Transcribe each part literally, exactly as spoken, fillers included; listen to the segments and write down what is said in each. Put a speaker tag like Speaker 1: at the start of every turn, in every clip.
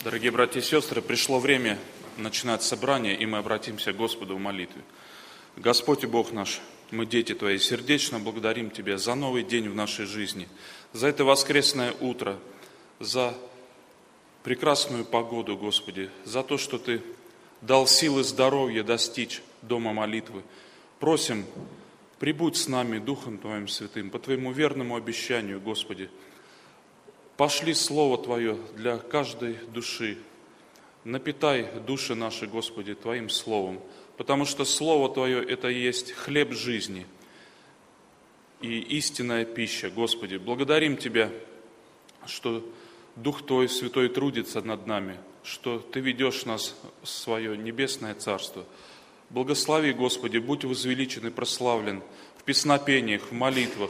Speaker 1: Дорогие братья и сестры, пришло время начинать собрание, и мы обратимся к Господу в молитве. Господь и Бог наш, мы, дети Твои, сердечно благодарим Тебя за новый день в нашей жизни, за это воскресное утро, за прекрасную погоду, Господи, за то, что Ты дал силы здоровья достичь дома молитвы. Просим, прибудь с нами Духом Твоим Святым, по Твоему верному обещанию, Господи. Пошли Слово Твое для каждой души. Напитай души наши, Господи, Твоим Словом, потому что Слово Твое – это и есть хлеб жизни и истинная пища, Господи. Благодарим Тебя, что Дух Твой Святой трудится над нами, что Ты ведешь нас в свое небесное Царство. Благослови, Господи, будь возвеличен и прославлен в песнопениях, в молитвах,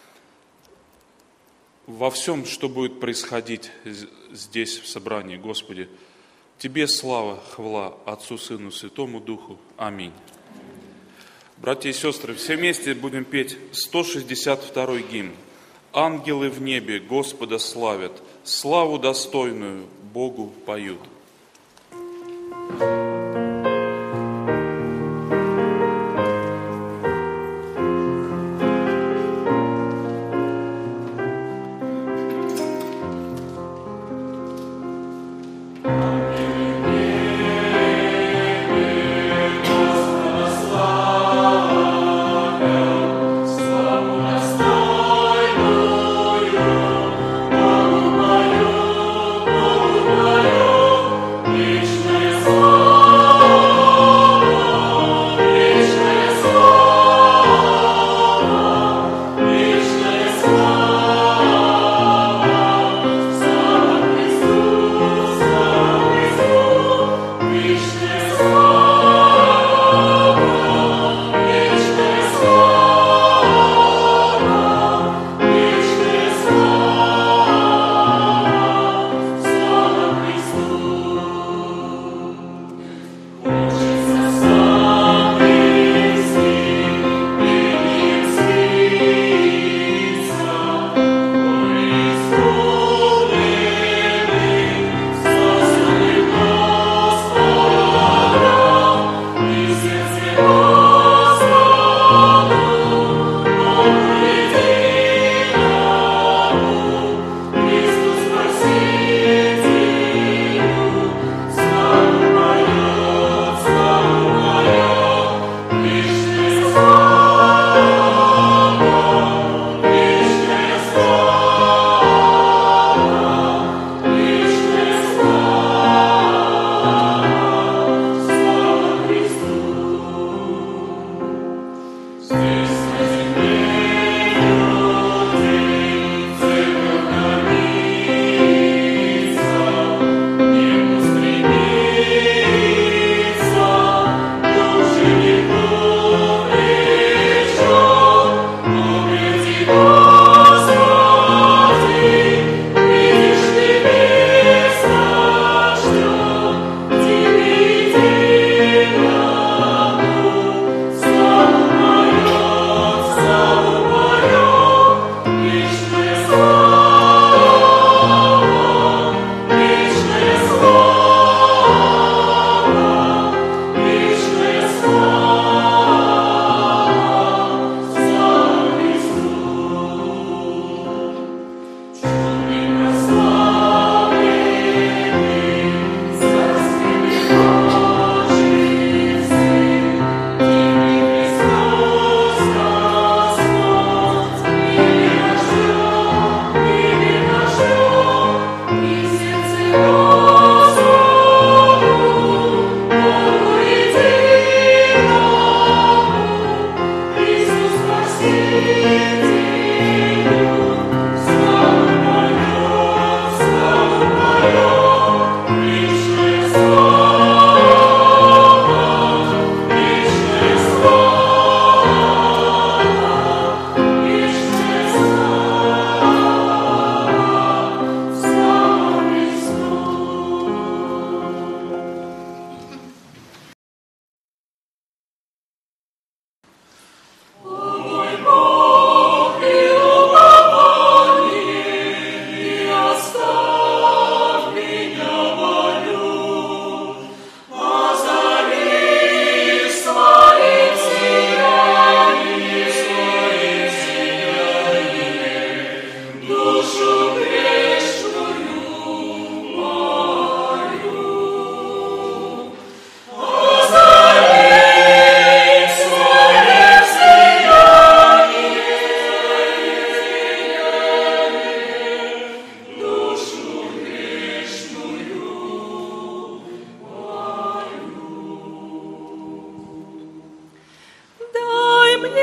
Speaker 1: во всем, что будет происходить здесь, в собрании, Господи. Тебе слава, хвала Отцу, Сыну, Святому Духу. Аминь. Братья и сестры, все вместе будем петь сто шестьдесят второй гимн. «Ангелы в небе Господа славят, славу достойную Богу поют».
Speaker 2: Oh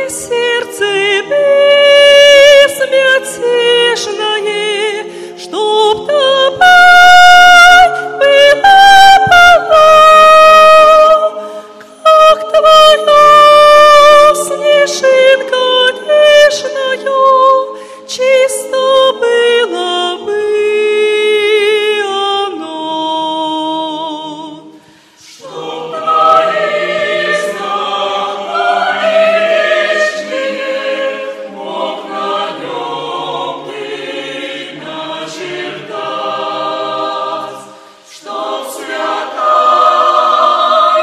Speaker 2: сердце безмятежное, чтоб тобой было полно, как твоя снежинка нежная, чисто было бы оно. Чтоб твои знамя вечные мог на нем ты начертать, чтоб святая,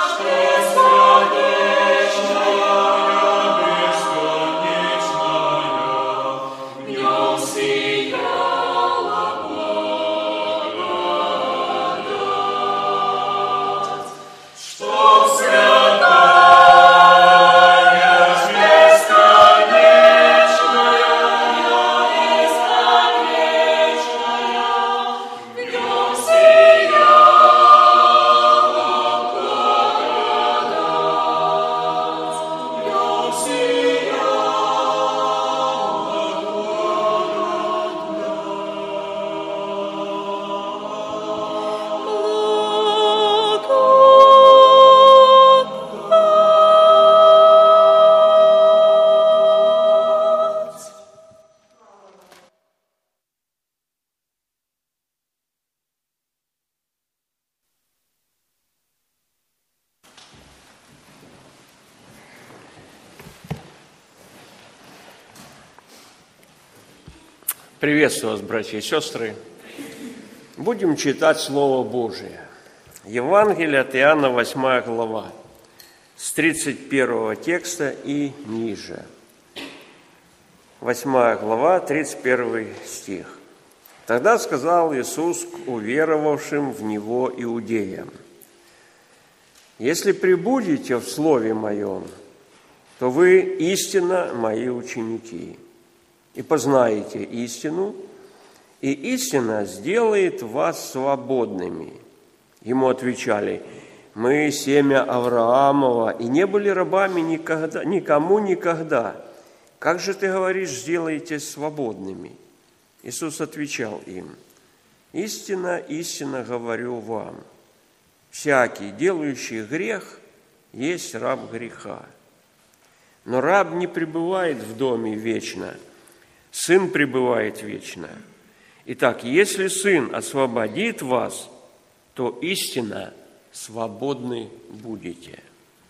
Speaker 2: бесконечная, бесконечная, в нем сияла благодать, чтоб святая, бесконечная, бесконечная, в нем сияла благодать, в нем благодать.
Speaker 3: Приветствую вас, братья и сестры. Будем читать Слово Божие. Евангелие от Иоанна, восьмая глава, с тридцать первого текста и ниже. восьмая глава, тридцать первый стих. «Тогда сказал Иисус к уверовавшим в Него иудеям: если пребудете в Слове Моем, то вы истинно Мои ученики, и познаете истину, и истина сделает вас свободными». Ему отвечали: мы семя Авраамова, и не были рабами никогда, никому никогда. Как же ты говоришь, сделаетесь свободными? Иисус отвечал им: истинно, истинно говорю вам, всякий, делающий грех, есть раб греха. Но раб не пребывает в доме вечно, Сын пребывает вечно. Итак, если Сын освободит вас, то истинно свободны будете.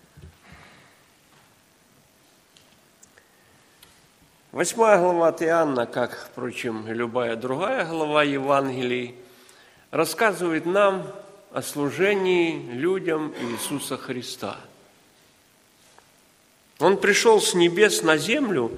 Speaker 3: Восьмая глава от Иоанна, как, впрочем, и любая другая глава Евангелий, рассказывает нам о служении людям Иисуса Христа. Он пришел с небес на землю,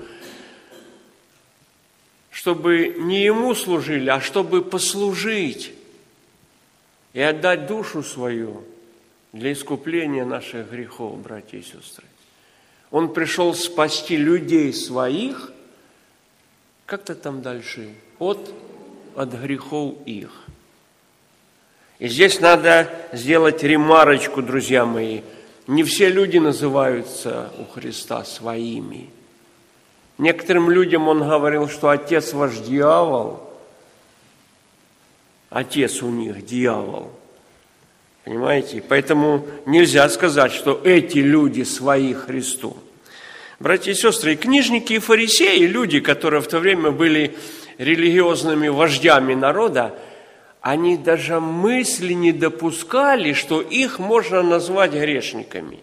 Speaker 3: чтобы не Ему служили, а чтобы послужить и отдать душу свою для искупления наших грехов, братья и сестры. Он пришел спасти людей своих, как-то там дальше, от, от грехов их. И здесь надо сделать ремарочку, друзья мои. Не все люди называются у Христа своими. Некоторым людям Он говорил, что отец ваш дьявол, отец у них дьявол. Понимаете? Поэтому нельзя сказать, что эти люди свои Христу. Братья и сестры, и книжники, и фарисеи, люди, которые в то время были религиозными вождями народа, они даже мысли не допускали, что их можно назвать грешниками.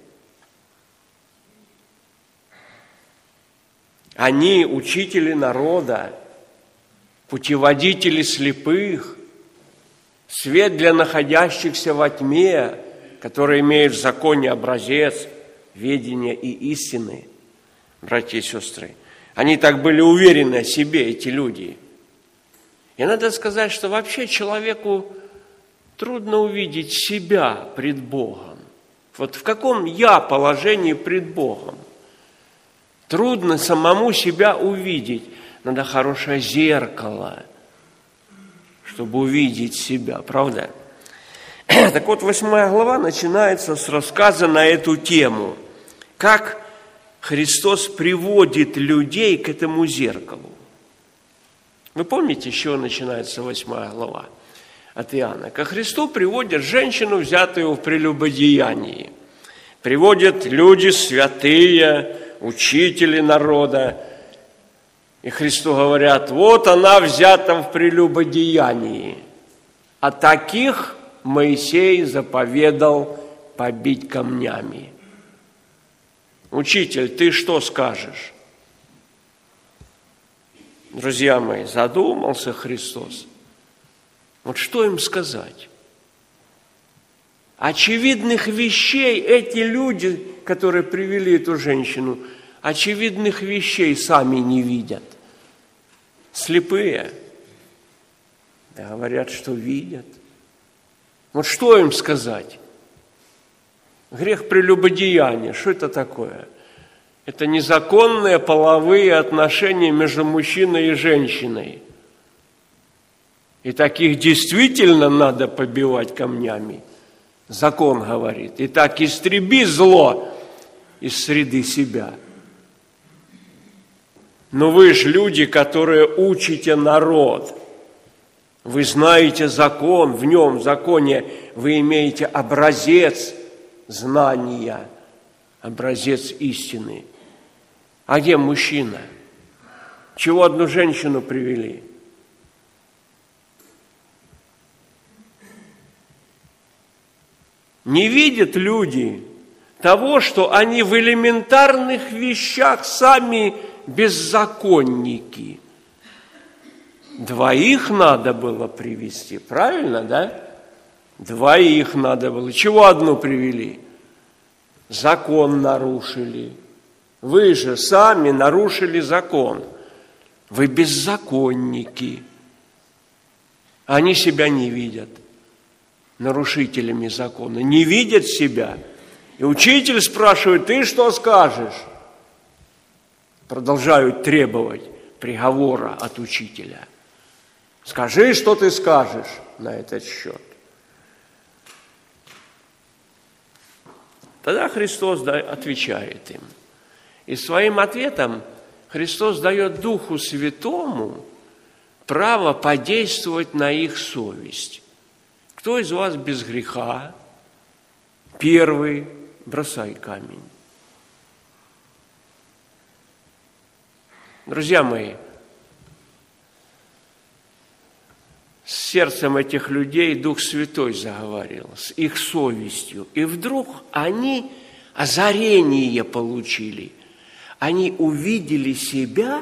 Speaker 3: Они учители народа, путеводители слепых, свет для находящихся во тьме, которые имеют в законе образец ведения и истины. Братья и сестры, они так были уверены о себе, эти люди. И надо сказать, что вообще человеку трудно увидеть себя пред Богом. Вот в каком я положении пред Богом? Трудно самому себя увидеть. Надо хорошее зеркало, чтобы увидеть себя, правда? Так вот, восьмая глава начинается с рассказа на эту тему. Как Христос приводит людей к этому зеркалу. Вы помните, с чего начинается восьмая глава от Иоанна? Ко Христу приводят женщину, взятую в прелюбодеянии. Приводят люди святые, учители народа. И Христу говорят: вот она взята в прелюбодеянии. А таких Моисей заповедал побить камнями. Учитель, ты что скажешь? Друзья мои, задумался Христос. Вот что им сказать? Очевидных вещей эти люди, которые привели эту женщину, очевидных вещей сами не видят. Слепые. Да, говорят, что видят. Вот что им сказать? Грех прелюбодеяния, что это такое? Это незаконные половые отношения между мужчиной и женщиной. И таких действительно надо побивать камнями. Закон говорит: итак, истреби зло из среды себя. Но вы же люди, которые учите народ. Вы знаете закон, в нем, в законе, вы имеете образец знания, образец истины. А где мужчина? Чего одну женщину привели? Не видят люди того, что они в элементарных вещах сами беззаконники. Двоих надо было привести, правильно, да? Двоих надо было. Чего одну привели? Закон нарушили. Вы же сами нарушили закон. Вы беззаконники. Они себя не видят нарушителями закона, не видят себя. И учитель спрашивает: ты что скажешь? Продолжают требовать приговора от учителя. Скажи, что ты скажешь на этот счет. Тогда Христос отвечает им. И своим ответом Христос дает Духу Святому право подействовать на их совесть. Кто из вас без греха? Первый бросай камень. Друзья мои, с сердцем этих людей Дух Святой заговорил, с их совестью. И вдруг они озарение получили. Они увидели себя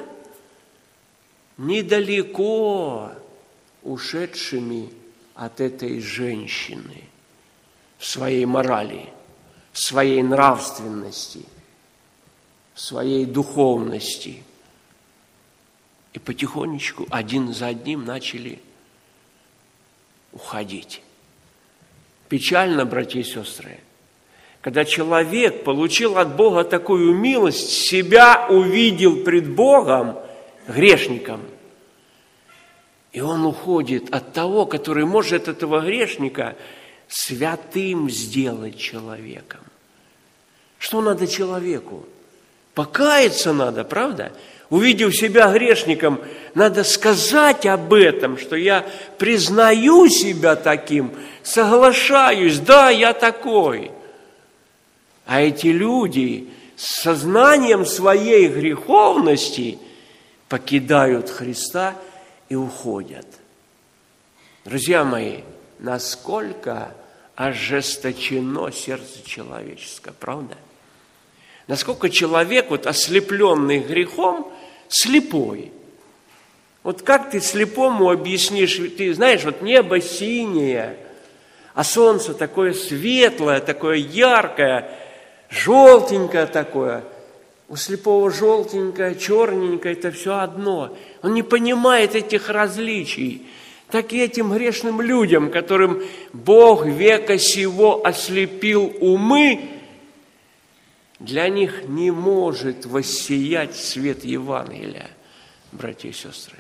Speaker 3: недалеко ушедшими от этой женщины в своей морали, в своей нравственности, в своей духовности. И потихонечку, один за одним, начали уходить. Печально, братья и сестры, когда человек получил от Бога такую милость, себя увидел пред Богом грешником, и он уходит от того, который может этого грешника святым сделать человеком. Что надо человеку? Покаяться надо, правда? Увидев себя грешником, надо сказать об этом, что я признаю себя таким, соглашаюсь, да, я такой. А эти люди с сознанием своей греховности покидают Христа и уходят. Друзья мои, насколько ожесточено сердце человеческое, правда? Насколько человек, вот ослепленный грехом, слепой. Вот как ты слепому объяснишь, ты знаешь, вот небо синее, а солнце такое светлое, такое яркое, желтенькое такое. У слепого желтенькое, черненькое, это все одно. Он не понимает этих различий. Так и этим грешным людям, которым Бог века сего ослепил умы, для них не может воссиять свет Евангелия, братья и сестры.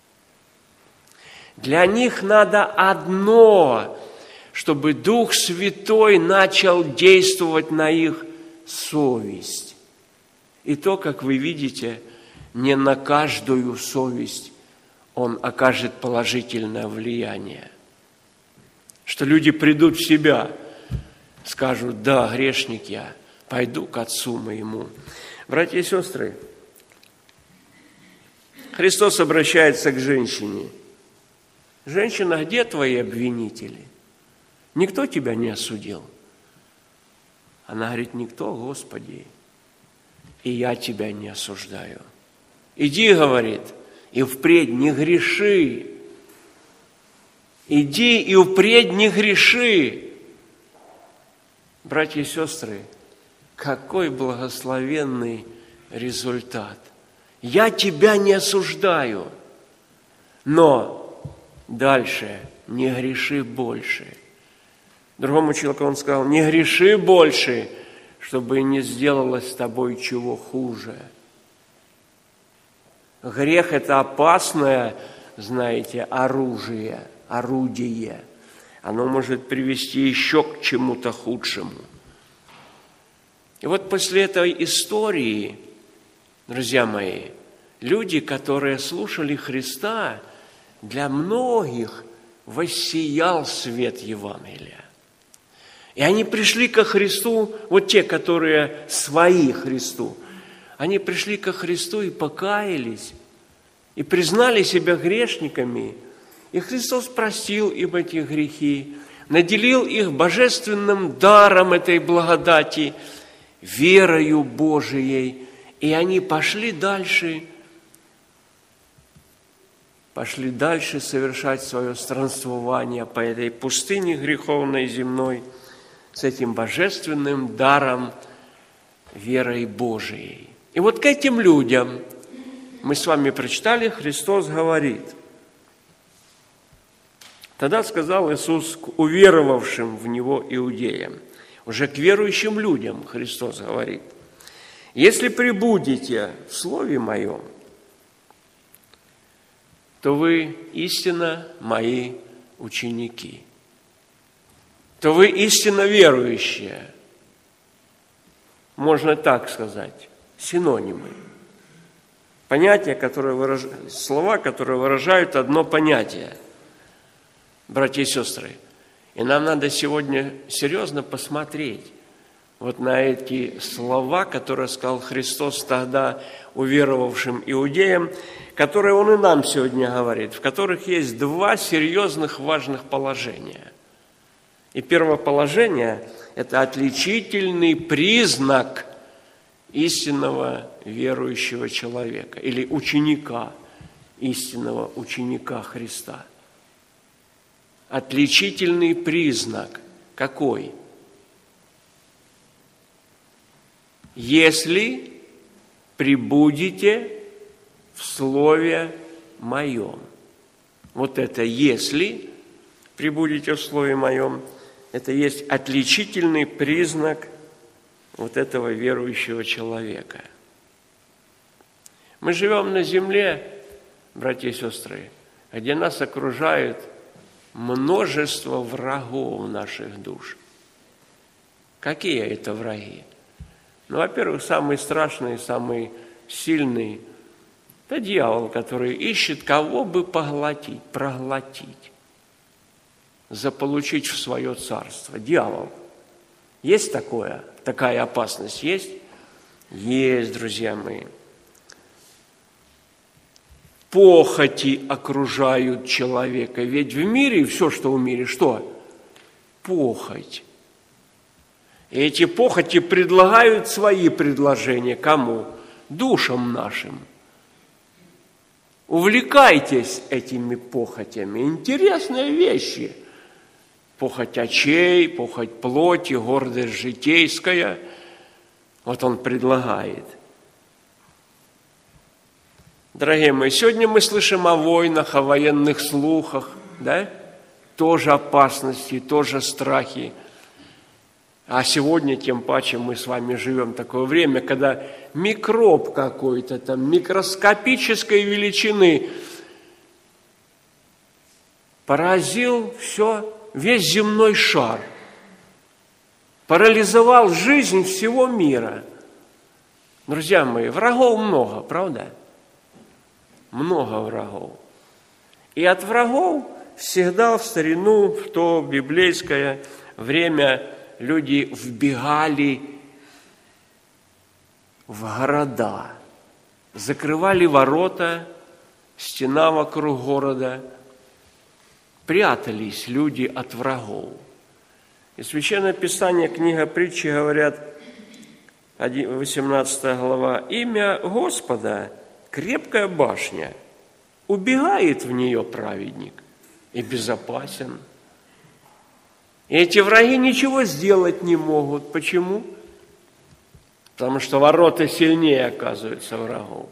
Speaker 3: Для них надо одно, чтобы Дух Святой начал действовать на их совесть. И то, как вы видите, не на каждую совесть Он окажет положительное влияние. Что люди придут в себя, скажут: да, грешник я, пойду к Отцу моему. Братья и сестры, Христос обращается к женщине. Женщина, где твои обвинители? Никто тебя не осудил? Она говорит: никто, Господи, и я тебя не осуждаю. Иди, говорит, и впредь не греши. Иди и впредь не греши. Братья и сестры, какой благословенный результат. Я тебя не осуждаю, но дальше не греши больше. Другому человеку он сказал: не греши больше, чтобы не сделалось с тобой чего хуже. Грех – это опасное, знаете, оружие, орудие. Оно может привести еще к чему-то худшему. И вот после этой истории, друзья мои, люди, которые слушали Христа, для многих воссиял свет Евангелия. И они пришли ко Христу, вот те, которые свои Христу, они пришли ко Христу и покаялись, и признали себя грешниками, и Христос простил им эти грехи, наделил их божественным даром этой благодати, верою Божией, и они пошли дальше, пошли дальше совершать свое странствование по этой пустыне греховной земной с этим божественным даром верой Божией. И вот к этим людям, мы с вами прочитали, Христос говорит: тогда сказал Иисус к уверовавшим в Него иудеям, уже к верующим людям Христос говорит: если пребудете в Слове Моем, то вы истинно Мои ученики, то вы истинно верующие. Можно так сказать, синонимы. Понятия, которые выражают, слова, которые выражают одно понятие. Братья и сестры, и нам надо сегодня серьезно посмотреть вот на эти слова, которые сказал Христос тогда уверовавшим иудеям, которые Он и нам сегодня говорит, в которых есть два серьезных важных положения. И первое положение – это отличительный признак истинного верующего человека или ученика, истинного ученика Христа. Отличительный признак какой? Если пребудете в Слове Моем. Вот это «если пребудете в Слове Моем», это есть отличительный признак вот этого верующего человека. Мы живем на земле, братья и сестры, где нас окружает множество врагов наших душ. Какие это враги? Ну, во-первых, самый страшный, самый сильный – это дьявол, который ищет, кого бы поглотить, проглотить, заполучить в свое царство. Дьявол. Есть такое? Такая опасность есть? Есть, друзья мои. Похоти окружают человека. Ведь в мире, все, что в мире, что? Похоть. И эти похоти предлагают свои предложения. Кому? Душам нашим. Увлекайтесь этими похотями. Интересные вещи. Похоть очей, похоть плоти, гордость житейская. Вот он предлагает. Дорогие мои, сегодня мы слышим о войнах, о военных слухах, да? Тоже опасности, тоже страхи. А сегодня, тем паче, мы с вами живем в такое время, когда микроб какой-то там, микроскопической величины поразил все, весь земной шар, парализовал жизнь всего мира. Друзья мои, врагов много, правда? Много врагов. И от врагов всегда в старину, в то библейское время люди вбегали в города, закрывали ворота, стена вокруг города, прятались люди от врагов. И Священное Писание, книга Притчи, говорят, восемнадцатая глава, «Имя Господа – крепкая башня, убегает в нее праведник и безопасен». И эти враги ничего сделать не могут. Почему? Потому что ворота сильнее, оказывается, врагов.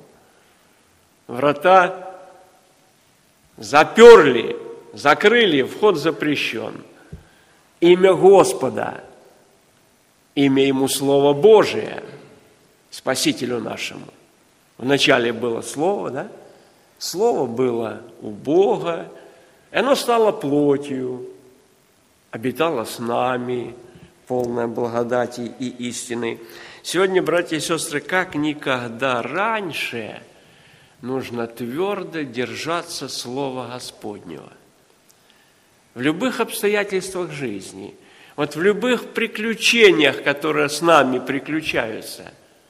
Speaker 3: Врата заперли, закрыли, вход запрещен. Имя Господа, имя Ему Слово Божие, Спасителю нашему. Вначале было Слово, да? Слово было у Бога, и оно стало плотью, обитало с нами, полное благодати и истины. Сегодня, братья и сестры, как никогда раньше нужно твердо держаться Слова Господнего. В любых обстоятельствах жизни, вот в любых приключениях, которые с нами приключаются,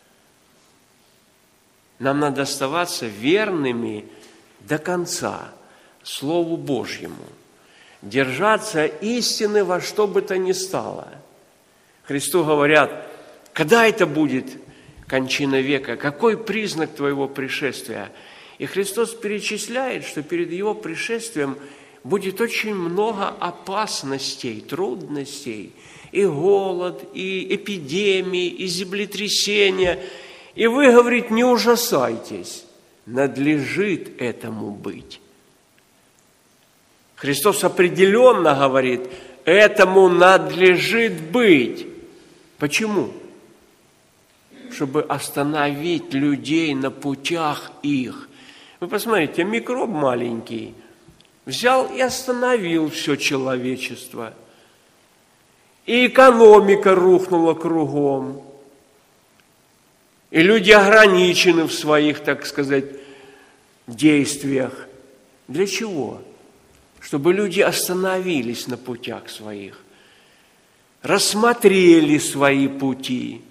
Speaker 3: нам надо оставаться верными до конца Слову Божьему, держаться истины во что бы то ни стало. Христу говорят, когда это будет кончина века, какой признак твоего пришествия? И Христос перечисляет, что перед Его пришествием будет очень много опасностей, трудностей, и голод, и эпидемии, и землетрясения. И вы, говорит, не ужасайтесь, надлежит этому быть. Христос определенно говорит, этому надлежит быть. Почему? Чтобы остановить людей на путях их. Вы посмотрите, микроб маленький взял и остановил все человечество. И экономика рухнула кругом. И люди ограничены в своих, так сказать, действиях. Для чего? Чтобы люди остановились на путях своих, рассмотрели свои пути,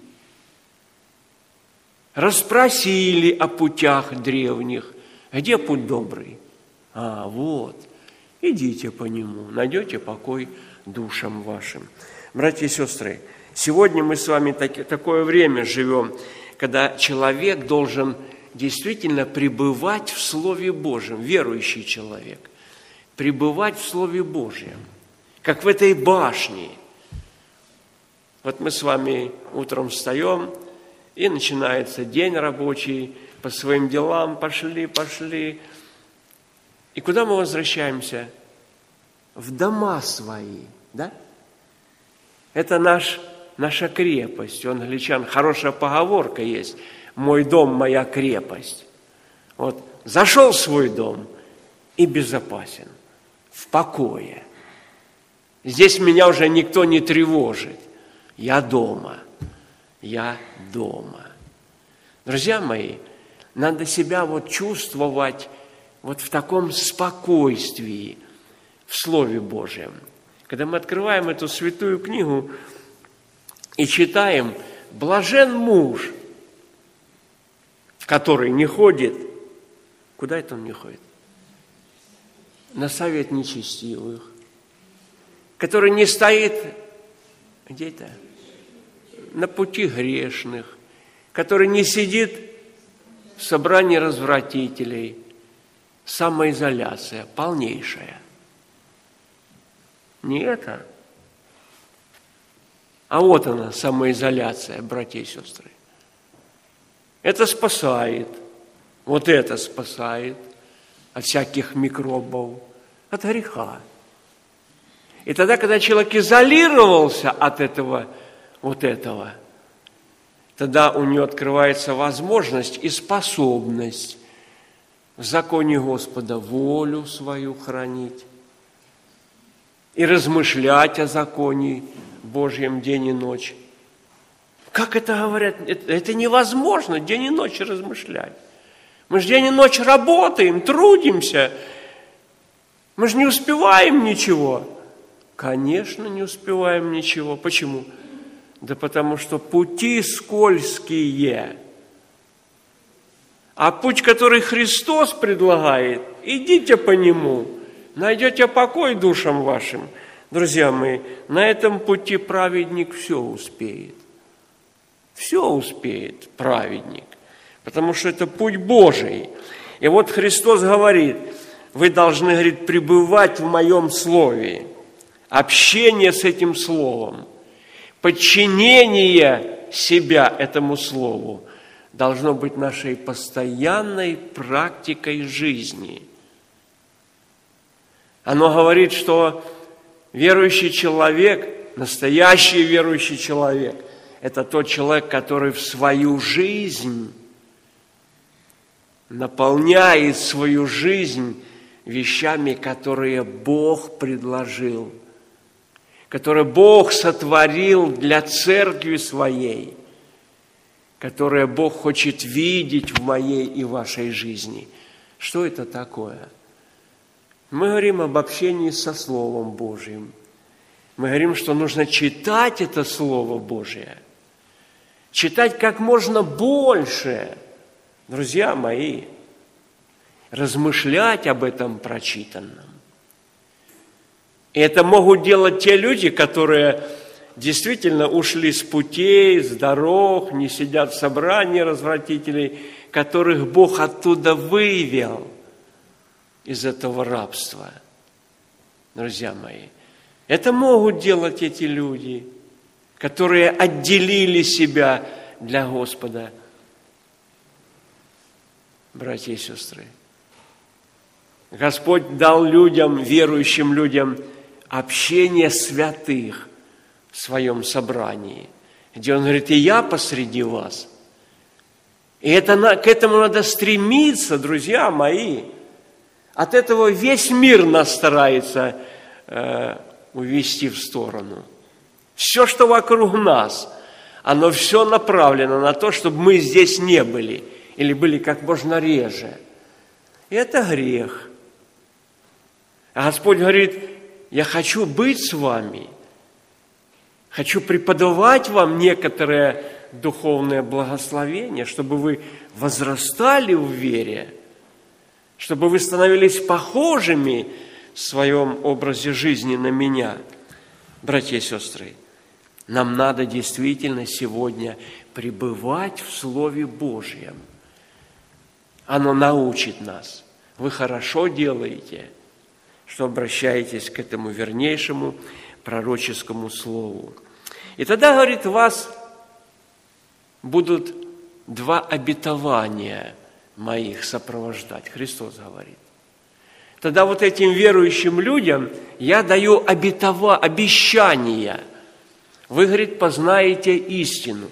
Speaker 3: расспросили о путях древних. Где путь добрый? А, вот, идите по нему, найдете покой душам вашим. Братья и сестры, сегодня мы с вами так, такое время живем, когда человек должен действительно пребывать в Слове Божьем, верующий человек, пребывать в Слове Божьем, как в этой башне. Вот мы с вами утром встаем, и начинается день рабочий, по своим делам пошли, пошли. И куда мы возвращаемся? В дома свои, да? Это наш, наша крепость. У англичан хорошая поговорка есть. Мой дом, моя крепость. Вот зашел в свой дом и безопасен, в покое. Здесь меня уже никто не тревожит. Я дома. Я дома. Друзья мои, надо себя вот чувствовать вот в таком спокойствии в Слове Божьем. Когда мы открываем эту святую книгу и читаем, блажен муж, который не ходит, куда это он не ходит? На совет нечестивых, который не стоит, где это? На пути грешных, который не сидит в собрании развратителей. Самоизоляция полнейшая. Не это. А вот она, самоизоляция, братья и сестры. Это спасает. Вот это спасает от всяких микробов, от греха. И тогда, когда человек изолировался от этого, вот этого, тогда у него открывается возможность и способность в законе Господа волю свою хранить и размышлять о законе Божьем день и ночь. Как это говорят? Это, это невозможно день и ночь размышлять. Мы же день и ночь работаем, трудимся. Мы же не успеваем ничего. Конечно, не успеваем ничего. Почему? Да потому что пути скользкие. А путь, который Христос предлагает, идите по нему, найдете покой душам вашим. Друзья мои, на этом пути праведник все успеет. Все успеет праведник, потому что это путь Божий. И вот Христос говорит, вы должны, говорит, пребывать в моем слове, общение с этим словом, подчинение себя этому слову должно быть нашей постоянной практикой жизни. Оно говорит, что верующий человек, настоящий верующий человек, это тот человек, который в свою жизнь наполняет свою жизнь вещами, которые Бог предложил, которые Бог сотворил для церкви своей, которые Бог хочет видеть в моей и вашей жизни. Что это такое? Мы говорим об общении со Словом Божьим. Мы говорим, что нужно читать это Слово Божие. Читать как можно больше, друзья мои, размышлять об этом прочитанном. И это могут делать те люди, которые действительно ушли с путей, с дорог, не сидят в собрании развратителей, которых Бог оттуда вывел из этого рабства. Друзья мои, это могут делать эти люди, которые отделили себя для Господа. Братья и сестры, Господь дал людям, верующим людям, общение святых в своем собрании, где Он говорит, и я посреди вас. И это, к этому надо стремиться, друзья мои. От этого весь мир нас старается э, увести в сторону. Все, что вокруг нас, оно все направлено на то, чтобы мы здесь не были, или были как можно реже. И это грех. А Господь говорит, я хочу быть с вами, хочу преподавать вам некоторые духовные благословения, чтобы вы возрастали в вере, чтобы вы становились похожими в своем образе жизни на меня. Братья и сестры, нам надо действительно сегодня пребывать в Слове Божьем. Оно научит нас. Вы хорошо делаете, что обращаетесь к этому вернейшему пророческому слову. И тогда, говорит, у вас будут два обетования моих сопровождать. Христос говорит. Тогда вот этим верующим людям я даю обетова, обещания. Вы, говорит, познаете истину.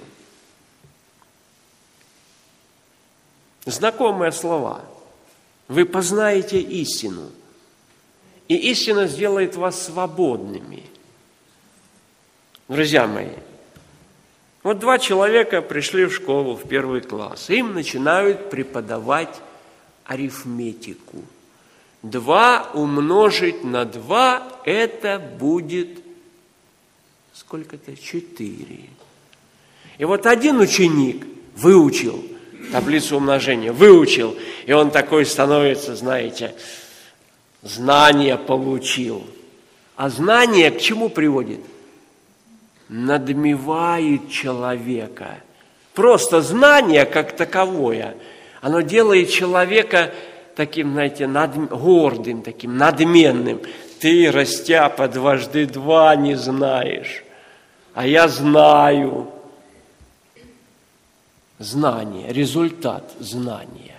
Speaker 3: Знакомые слова. Вы познаете истину. И истина сделает вас свободными. Друзья мои, вот два человека пришли в школу, в первый класс. Им начинают преподавать арифметику. Два умножить на два – это будет сколько-то? Четыре. И вот один ученик выучил таблицу умножения, выучил, и он такой становится, знаете, знание получил. А знание к чему приводит? Надмевает человека. Просто знание как таковое, оно делает человека таким, знаете, над, гордым, таким надменным. Ты, растяпа, дважды два не знаешь, а я знаю. Знание, результат знания.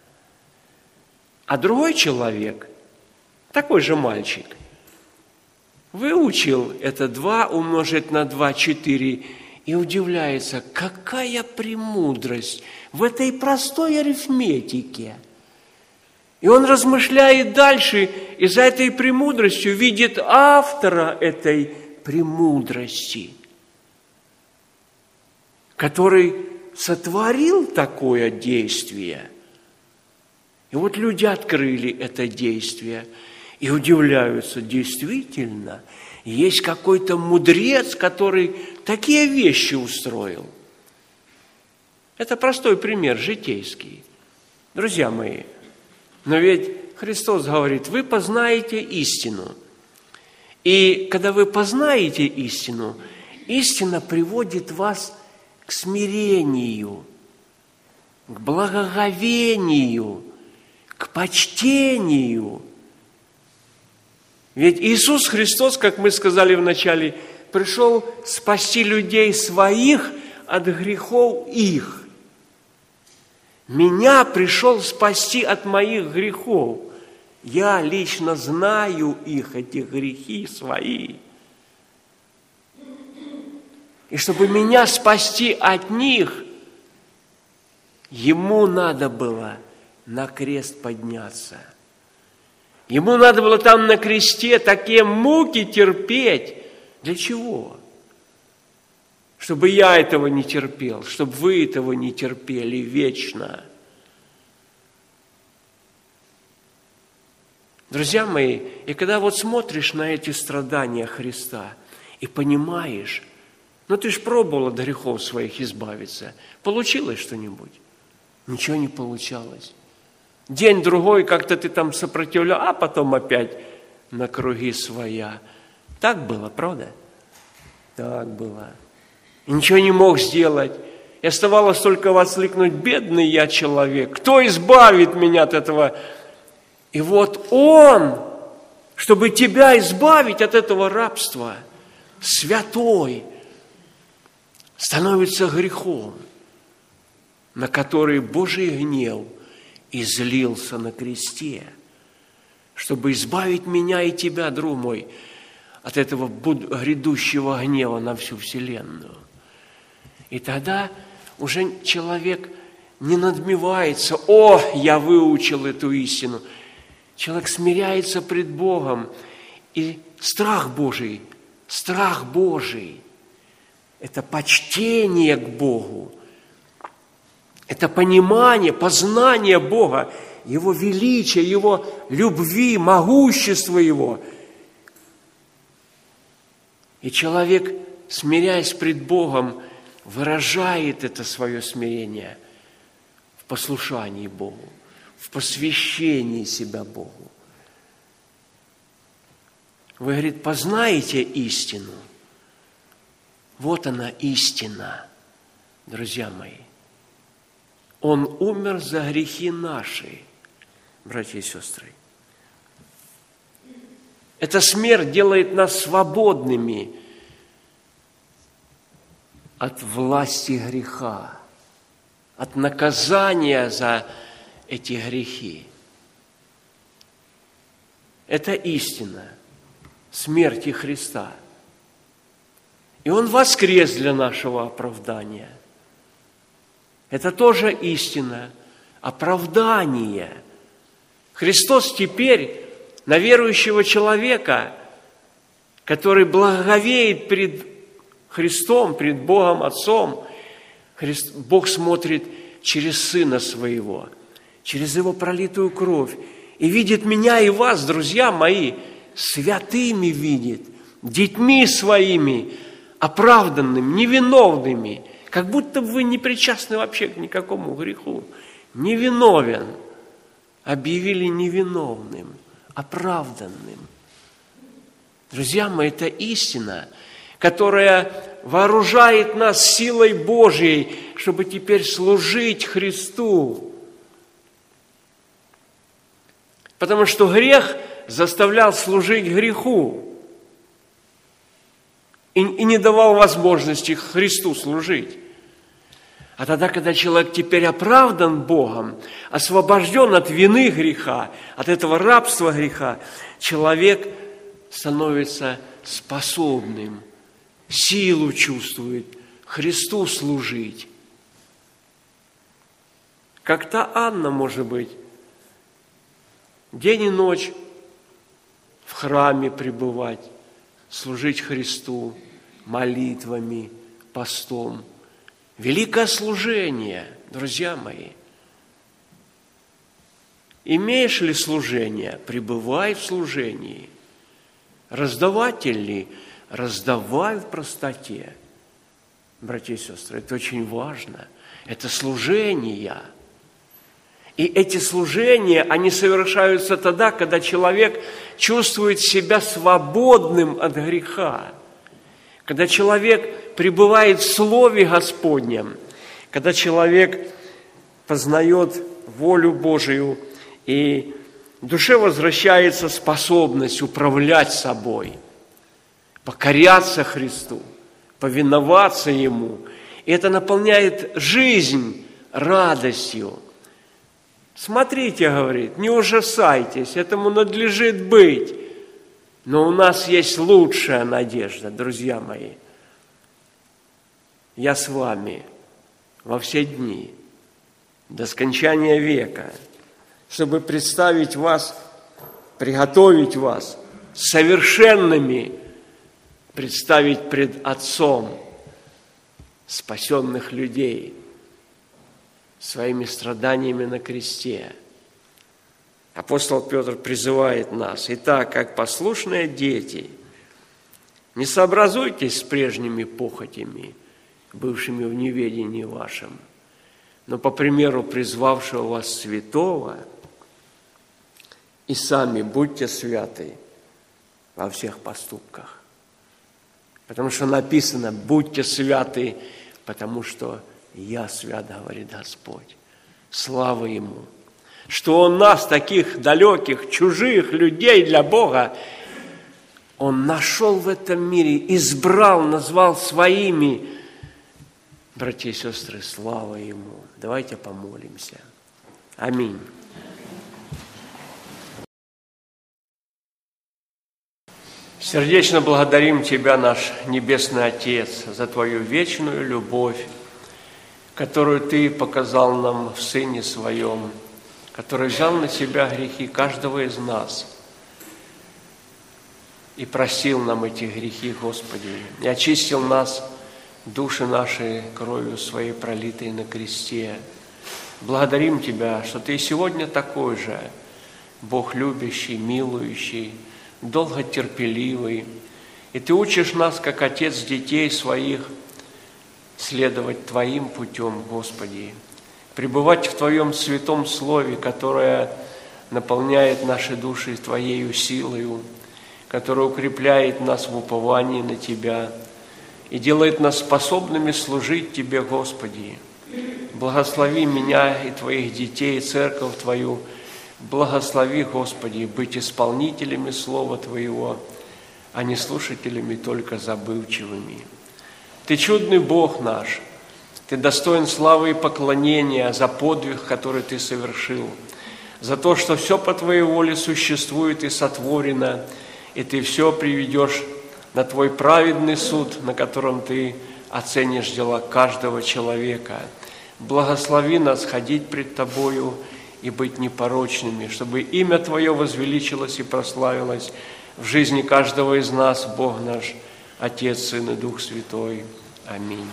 Speaker 3: А другой человек, такой же мальчик, выучил это два умножить на два, четыре, и удивляется, какая премудрость в этой простой арифметике. И он размышляет дальше, и за этой премудростью видит автора этой премудрости. который сотворил такое действие. И вот люди открыли это действие и удивляются, действительно, есть какой-то мудрец, который такие вещи устроил. Это простой пример, житейский. Друзья мои, но ведь Христос говорит, вы познаете истину. И когда вы познаете истину, истина приводит вас к смирению, к благоговению, к почтению. Ведь Иисус Христос, как мы сказали вначале, пришел спасти людей своих от грехов их. Меня пришел спасти от моих грехов. Я лично знаю их, эти грехи свои. И чтобы меня спасти от них, Ему надо было на крест подняться. Ему надо было там на кресте такие муки терпеть. Для чего? Чтобы я этого не терпел, чтобы вы этого не терпели вечно. Друзья мои, и когда вот смотришь на эти страдания Христа и понимаешь, ну ты ж пробовал от грехов своих избавиться, получилось что-нибудь? Ничего не получалось. День-другой как-то ты там сопротивлял, а потом опять на круги своя. Так было, правда? Так было. И ничего не мог сделать. И оставалось только воскликнуть, бедный я человек, кто избавит меня от этого? И вот Он, чтобы тебя избавить от этого рабства, святой, становится грехом, на который Божий гнев излился на кресте, чтобы избавить меня и тебя, друг мой, от этого грядущего гнева на всю вселенную. И тогда уже человек не надмевается, о, я выучил эту истину. Человек смиряется пред Богом, и страх Божий, страх Божий – это почтение к Богу, это понимание, познание Бога, Его величия, Его любви, могущества Его. И человек, смиряясь пред Богом, выражает это свое смирение в послушании Богу, в посвящении себя Богу. Вы, говорит, познаете истину. Вот она истина, друзья мои. Он умер за грехи наши, братья и сестры. Эта смерть делает нас свободными от власти греха, от наказания за эти грехи. Это истина смерти Христа. И Он воскрес для нашего оправдания. Это тоже истина, оправдание. Христос теперь на верующего человека, который благоговеет пред Христом, пред Богом Отцом, Христ, Бог смотрит через Сына Своего, через Его пролитую кровь, и видит меня и вас, друзья мои, святыми видит, детьми своими, оправданными, невиновными, как будто вы не причастны вообще к никакому греху. Невиновен. Объявили невиновным, оправданным. Друзья мои, это истина, которая вооружает нас силой Божьей, чтобы теперь служить Христу. Потому что грех заставлял служить греху и, и не давал возможности Христу служить. А тогда, когда человек теперь оправдан Богом, освобожден от вины греха, от этого рабства греха, человек становится способным, силу чувствует, Христу служить. Как та Анна, может быть, день и ночь в храме пребывать, служить Христу молитвами, постом. Великое служение, друзья мои. Имеешь ли служение? Пребывай в служении. Раздаватель ли? Раздавай в простоте. Братья и сестры, это очень важно. Это служение. И эти служения, они совершаются тогда, когда человек чувствует себя свободным от греха. Когда человек пребывает в Слове Господнем. Когда человек познает волю Божию, и в душе возвращается способность управлять собой, покоряться Христу, повиноваться Ему. И это наполняет жизнь радостью. Смотрите, говорит, не ужасайтесь, этому надлежит быть. Но у нас есть лучшая надежда, друзья мои. Я с вами во все дни, до скончания века, чтобы представить вас, приготовить вас совершенными, представить пред Отцом спасенных людей своими страданиями на кресте. Апостол Петр призывает нас: «Итак, как послушные дети, не сообразуйтесь с прежними похотями, бывшими в неведении вашем, но по примеру призвавшего вас святого, и сами будьте святы во всех поступках». Потому что написано: «Будьте святы, потому что я свят, говорит Господь». Слава Ему, что Он нас, таких далеких, чужих людей для Бога, Он нашел в этом мире, избрал, назвал своими. Братья и сестры, слава Ему. Давайте помолимся. Аминь. Сердечно благодарим Тебя, наш Небесный Отец, за Твою вечную любовь, которую Ты показал нам в Сыне Своем, который взял на себя грехи каждого из нас и просил нам эти грехи, Господи, и очистил нас, души наши, кровью Своей, пролитой на кресте. Благодарим Тебя, что Ты сегодня такой же, Бог любящий, милующий, долготерпеливый, и Ты учишь нас, как Отец детей своих, следовать Твоим путем, Господи, пребывать в Твоем святом Слове, которое наполняет наши души Твоею силою, которое укрепляет нас в уповании на Тебя и делает нас способными служить Тебе, Господи. Благослови меня и Твоих детей, церковь Твою. Благослови, Господи, быть исполнителями Слова Твоего, а не слушателями только забывчивыми. Ты чудный Бог наш, Ты достоин славы и поклонения за подвиг, который Ты совершил, за то, что все по Твоей воле существует и сотворено, и Ты все приведешь на Твой праведный суд, на котором Ты оценишь дела каждого человека. Благослови нас ходить пред Тобою и быть непорочными, чтобы имя Твое возвеличилось и прославилось в жизни каждого из нас, Бог наш, Отец, Сын и Дух Святой. Аминь.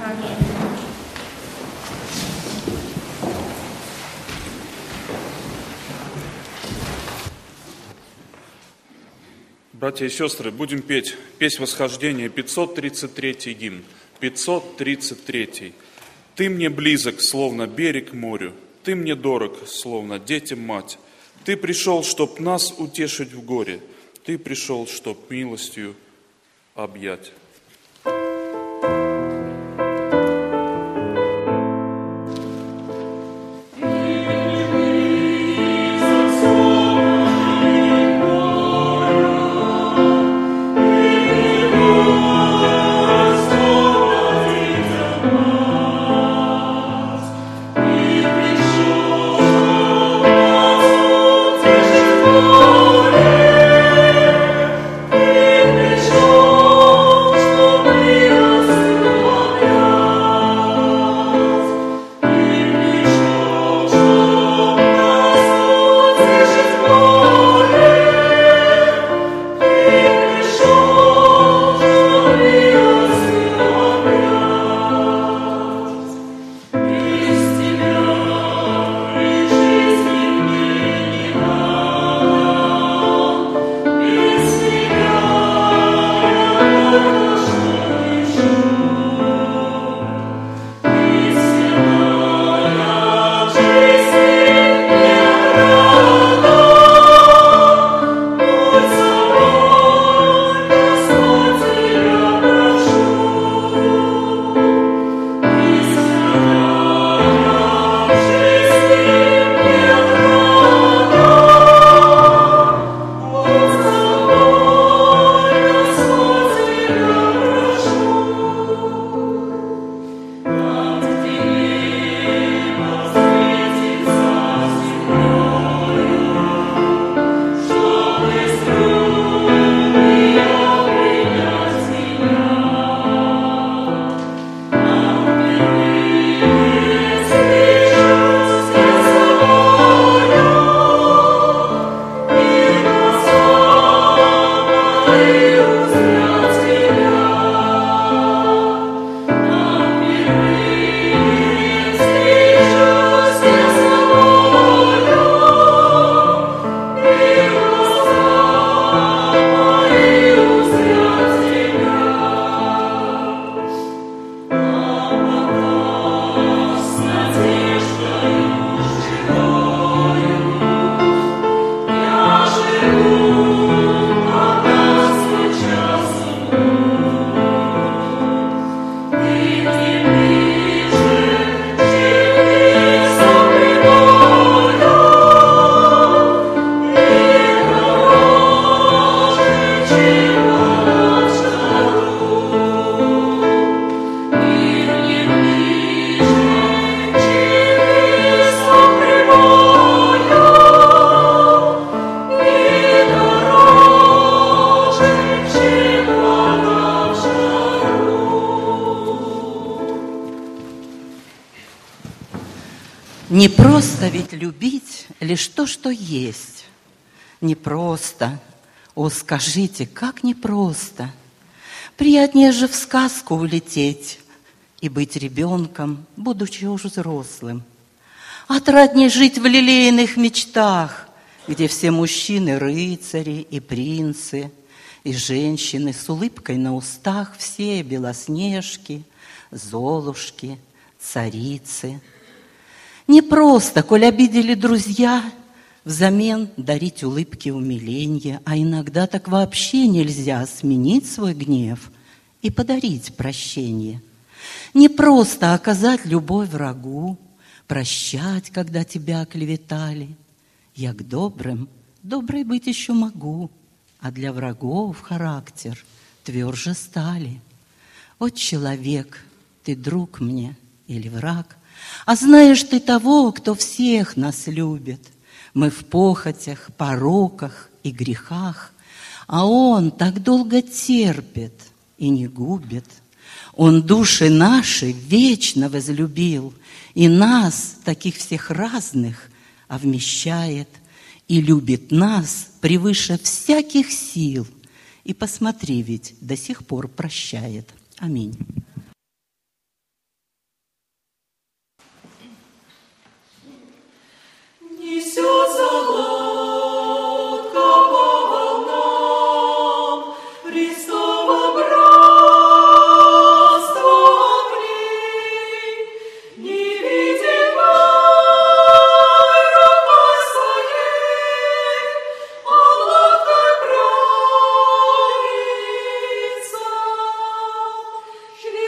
Speaker 1: Братья и сестры, будем петь песнь восхождения, пятьсот тридцать третий гимн. пятьсот тридцать третий. «Ты мне близок, словно берег морю, Ты мне дорог, словно детям мать. Ты пришел, чтоб нас утешить в горе, Ты пришел, чтоб милостью объять».
Speaker 2: Show
Speaker 4: Не просто ведь любить лишь то, что есть. Не просто. О, скажите, как непросто. Приятнее же в сказку улететь и быть ребенком, будучи уж взрослым. Отраднее жить в лелеянных мечтах, где все мужчины рыцари и принцы, и женщины с улыбкой на устах, все белоснежки, золушки, царицы. Не просто, коль обидели друзья, взамен дарить улыбки умиления, а иногда так вообще нельзя сменить свой гнев и подарить прощение. Не просто оказать любовь врагу, прощать, когда тебя оклеветали. Я к добрым, доброй быть еще могу, а для врагов характер тверже стали. О, человек, ты друг мне или враг, а знаешь ты того, кто всех нас любит. Мы в похотях, пороках и грехах, а Он так долго терпит и не губит. Он души наши вечно возлюбил, и нас, таких всех разных, вмещает и любит нас превыше всяких сил. И посмотри, ведь до сих пор прощает. Аминь.
Speaker 2: Несется лодка по волнам, Христово братство обрей, невидимой рукой своей, он лодкой правится.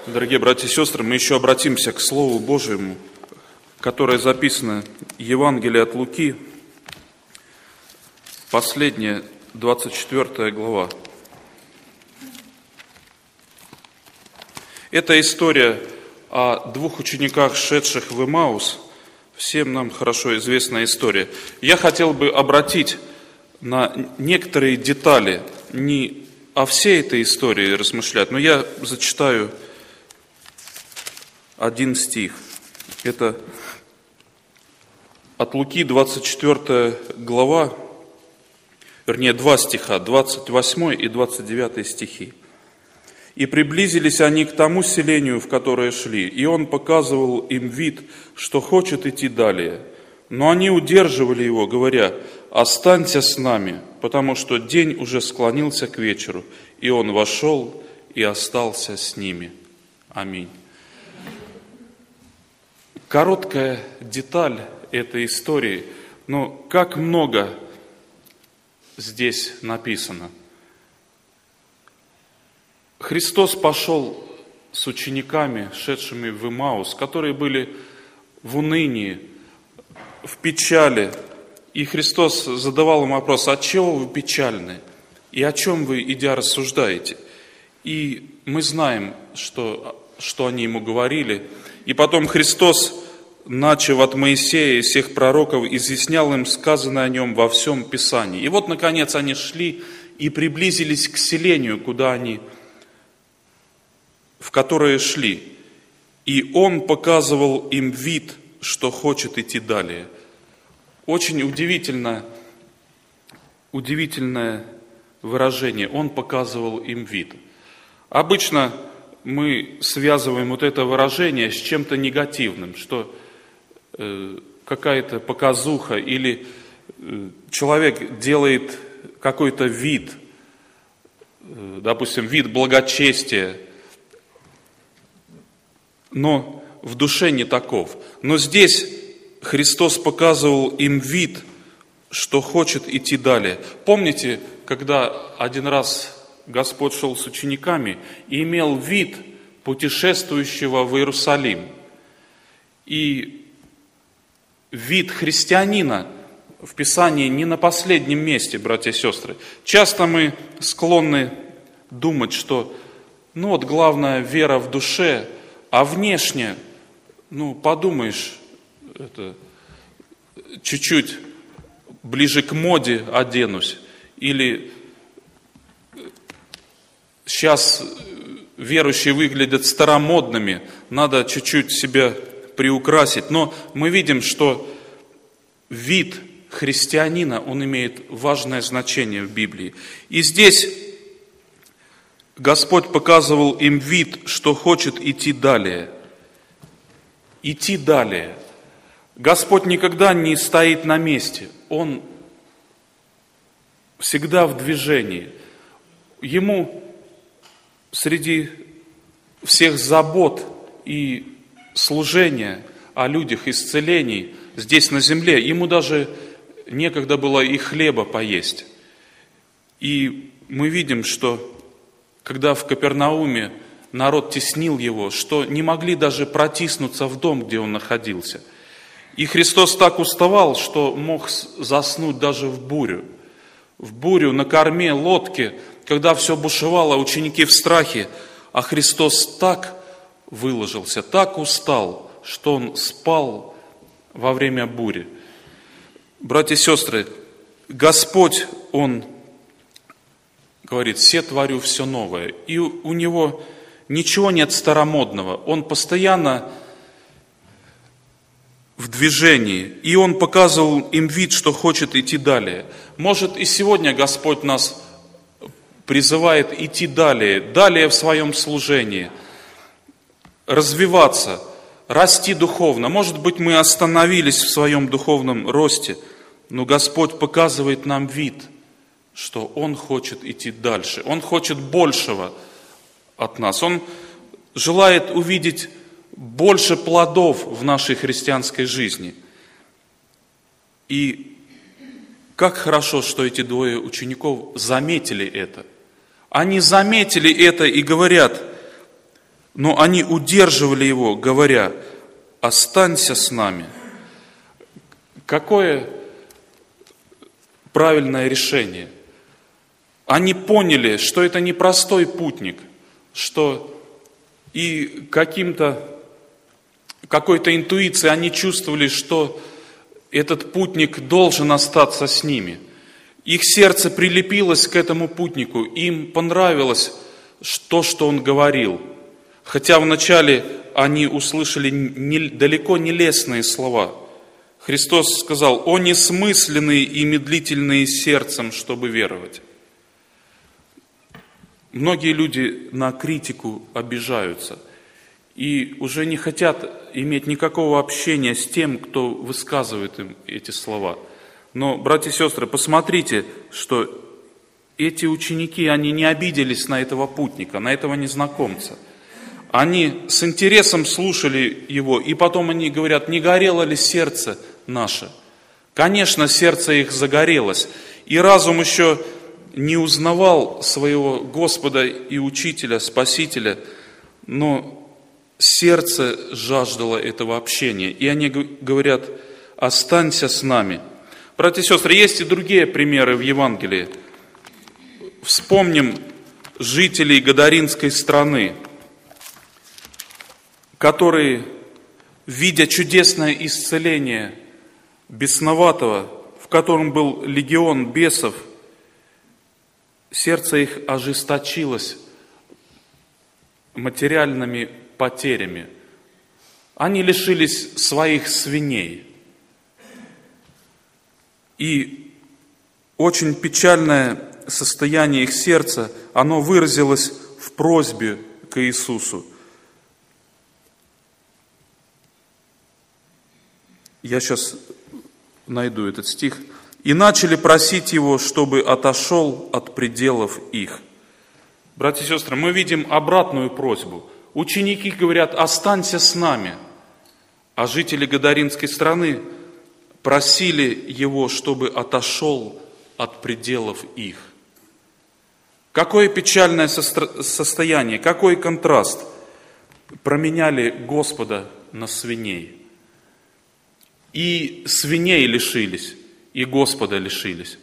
Speaker 1: Дорогие братья и сестры, мы еще обратимся к Слову Божьему, которое записано в Евангелии от Луки, последняя, двадцать четвёртая глава. Это история о двух учениках, шедших в Эмаус. Всем нам хорошо известная история. Я хотел бы обратить на некоторые детали, не о всей этой истории размышлять, но я зачитаю один стих. Это от Луки, двадцать четвёртая глава, вернее, два стиха, двадцать восьмой и двадцать девятый стихи. «И приблизились они к тому селению, в которое шли, и он показывал им вид, что хочет идти далее. Но они удерживали его, говоря: останься с нами, потому что день уже склонился к вечеру. И он вошел и остался с ними». Аминь. Короткая деталь этой истории, но как много здесь написано. Христос пошел с учениками, шедшими в Эмаус, которые были в унынии, в печали. И Христос задавал им вопрос: от чего вы печальны? И о чем вы, идя, рассуждаете? И мы знаем, что, что они ему говорили. И потом Христос, начав от Моисея и всех пророков, изъяснял им сказанное о нем во всем Писании. И вот, наконец, они шли и приблизились к селению, куда они, в которое шли. И Он показывал им вид, что хочет идти далее. Очень удивительно, удивительное выражение. Он показывал им вид. Обычно мы связываем вот это выражение с чем-то негативным, что э, какая-то показуха или э, человек делает какой-то вид, э, допустим, вид благочестия, но в душе не таков. Но здесь Христос показывал им вид, что хочет идти далее. Помните, когда один раз Господь шел с учениками и имел вид путешествующего в Иерусалим. И вид христианина в Писании не на последнем месте, братья и сестры. Часто мы склонны думать, что ну вот главное вера в душе, а внешне, ну подумаешь, это, чуть-чуть ближе к моде оденусь, или сейчас верующие выглядят старомодными, надо чуть-чуть себя приукрасить. Но мы видим, что вид христианина, он имеет важное значение в Библии. И здесь Господь показывал им вид, что хочет идти далее. Идти далее. Господь никогда не стоит на месте. Он всегда в движении. Ему среди всех забот и служения о людях, исцелений здесь на земле, ему даже некогда было и хлеба поесть. И мы видим, что когда в Капернауме народ теснил его, что не могли даже протиснуться в дом, где он находился. И Христос так уставал, что мог заснуть даже в бурю. В бурю на корме лодки, когда все бушевало, ученики в страхе, а Христос так выложился, так устал, что Он спал во время бури. Братья и сестры, Господь, Он говорит: «Се творю все новое». И у Него ничего нет старомодного. Он постоянно в движении. И Он показывал им вид, что хочет идти далее. Может, и сегодня Господь нас призывает идти далее, далее в своем служении, развиваться, расти духовно. Может быть, мы остановились в своем духовном росте, но Господь показывает нам вид, что Он хочет идти дальше. Он хочет большего от нас. Он желает увидеть больше плодов в нашей христианской жизни. И как хорошо, что эти двое учеников заметили это. Они заметили это и говорят: но они удерживали его, говоря: «Останься с нами». Какое правильное решение? Они поняли, что это не простой путник, что и каким-то, какой-то интуицией они чувствовали, что этот путник должен остаться с ними. Их сердце прилепилось к этому путнику, им понравилось то, что он говорил. Хотя вначале они услышали не, далеко не лестные слова. Христос сказал: «О несмысленные и медлительные сердцем, чтобы веровать». Многие люди на критику обижаются и уже не хотят иметь никакого общения с тем, кто высказывает им эти слова. Но, братья и сестры, посмотрите, что эти ученики, они не обиделись на этого путника, на этого незнакомца. Они с интересом слушали его, и потом они говорят: не горело ли сердце наше? Конечно, сердце их загорелось, и разум еще не узнавал своего Господа и Учителя, Спасителя, но сердце жаждало этого общения. И они говорят: останься с нами. Братья и сестры, есть и другие примеры в Евангелии. Вспомним жителей Гадаринской страны, которые, видя чудесное исцеление бесноватого, в котором был легион бесов, сердце их ожесточилось материальными потерями. Они лишились своих свиней. И очень печальное состояние их сердца, оно выразилось в просьбе к Иисусу. Я сейчас найду этот стих. «И начали просить Его, чтобы отошел от пределов их». Братья и сестры, мы видим обратную просьбу. Ученики говорят: останься с нами. А жители Гадаринской страны просили Его, чтобы отошел от пределов их. Какое печальное состояние, какой контраст. Променяли Господа на свиней. И свиней лишились, и Господа лишились.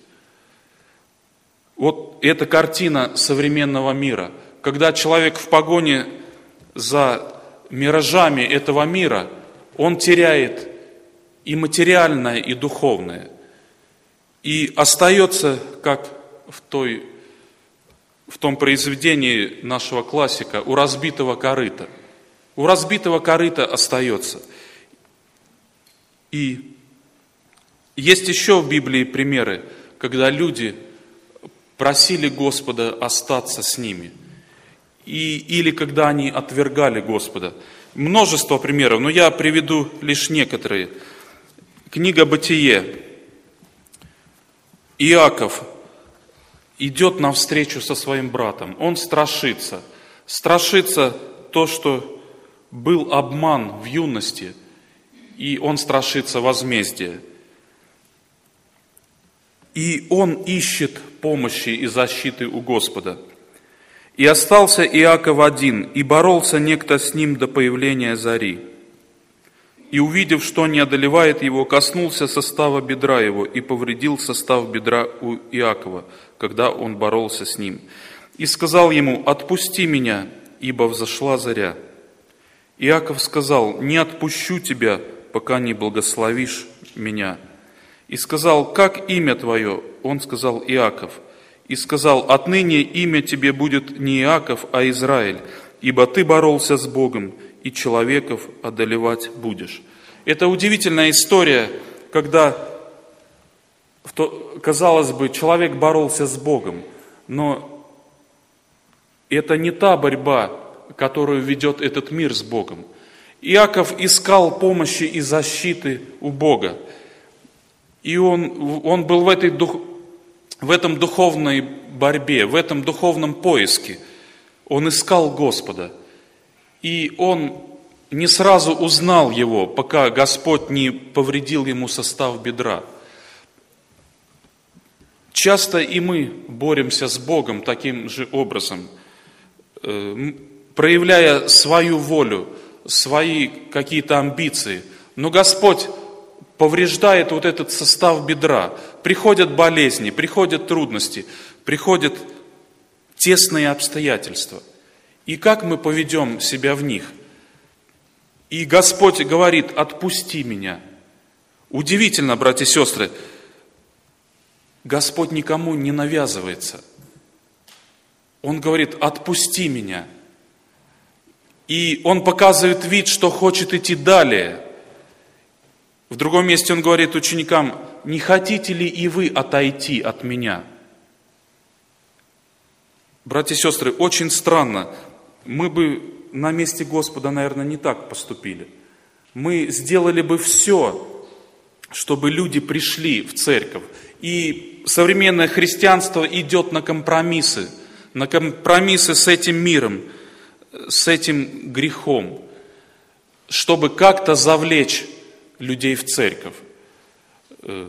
Speaker 1: Вот эта картина современного мира, когда человек в погоне за миражами этого мира, он теряет и материальное, и духовное. И остается, как в, той, в том произведении нашего классика, у разбитого корыта. У разбитого корыта остается. И есть еще в Библии примеры, когда люди просили Господа остаться с ними, и, или когда они отвергали Господа. Множество примеров, но я приведу лишь некоторые. Книга Бытие. Иаков идет навстречу со своим братом, он страшится. Страшится то, что был обман в юности, и он страшится возмездия. И он ищет помощи и защиты у Господа. «И остался Иаков один, и боролся некто с ним до появления зари. И, увидев, что не одолевает его, коснулся состава бедра его и повредил состав бедра у Иакова, когда он боролся с ним. И сказал ему: отпусти меня, ибо взошла заря. Иаков сказал: не отпущу тебя, пока не благословишь меня. И сказал: как имя твое? Он сказал: Иаков. И сказал: отныне имя тебе будет не Иаков, а Израиль, ибо ты боролся с Богом, и человеков одолевать будешь. Это удивительная история, когда, казалось бы, человек боролся с Богом, но это не та борьба, которую ведет этот мир с Богом. Иаков искал помощи и защиты у Бога. И он, он был в, этой, в этом духовной борьбе, в этом духовном поиске. Он искал Господа. И он не сразу узнал Его, пока Господь не повредил ему состав бедра. Часто и мы боремся с Богом таким же образом. проявляя свою волю, свои какие-то амбиции. Но Господь повреждает вот этот состав бедра. Приходят болезни, приходят трудности, приходят тесные обстоятельства. И как мы поведем себя в них? И Господь говорит: отпусти меня. Удивительно, братья и сестры, Господь никому не навязывается. Он говорит: отпусти меня. И Он показывает вид, что хочет идти далее. В другом месте Он говорит ученикам: не хотите ли и вы отойти от меня? Братья и сестры, очень странно. Мы бы на месте Господа, наверное, не так поступили. Мы сделали бы все, чтобы люди пришли в церковь. И современное христианство идет на компромиссы, на компромиссы с этим миром, с этим грехом, чтобы как-то завлечь людей в церковь. В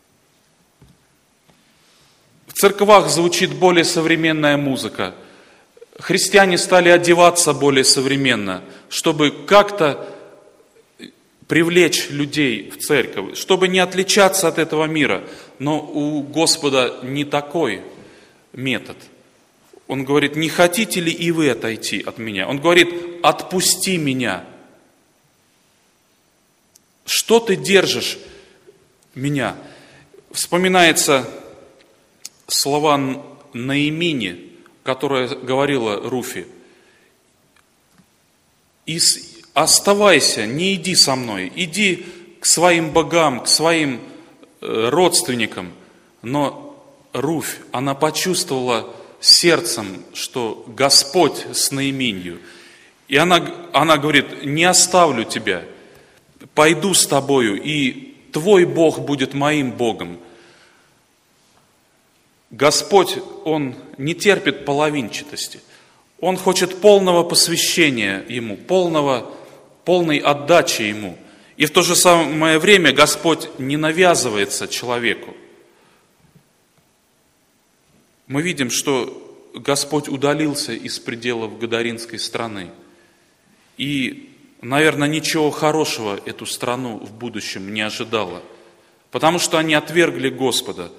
Speaker 1: церквах звучит более современная музыка. Христиане стали одеваться более современно, чтобы как-то привлечь людей в церковь, чтобы не отличаться от этого мира. Но у Господа не такой метод. Он говорит: не хотите ли и вы отойти от меня? Он говорит: отпусти меня. Что ты держишь меня? Вспоминается слова Наимини, которая говорила Руфи: оставайся, не иди со мной, иди к своим богам, к своим родственникам. Но Руфь, она почувствовала сердцем, что Господь с Наиминью. И она, она говорит: не оставлю тебя, пойду с тобою, и твой Бог будет моим Богом. Господь, Он не терпит половинчатости. Он хочет полного посвящения Ему, полного, полной отдачи Ему. И в то же самое время Господь не навязывается человеку. Мы видим, что Господь удалился из пределов Гадаринской страны. И, наверное, ничего хорошего эту страну в будущем не ожидало. Потому что они отвергли Господа.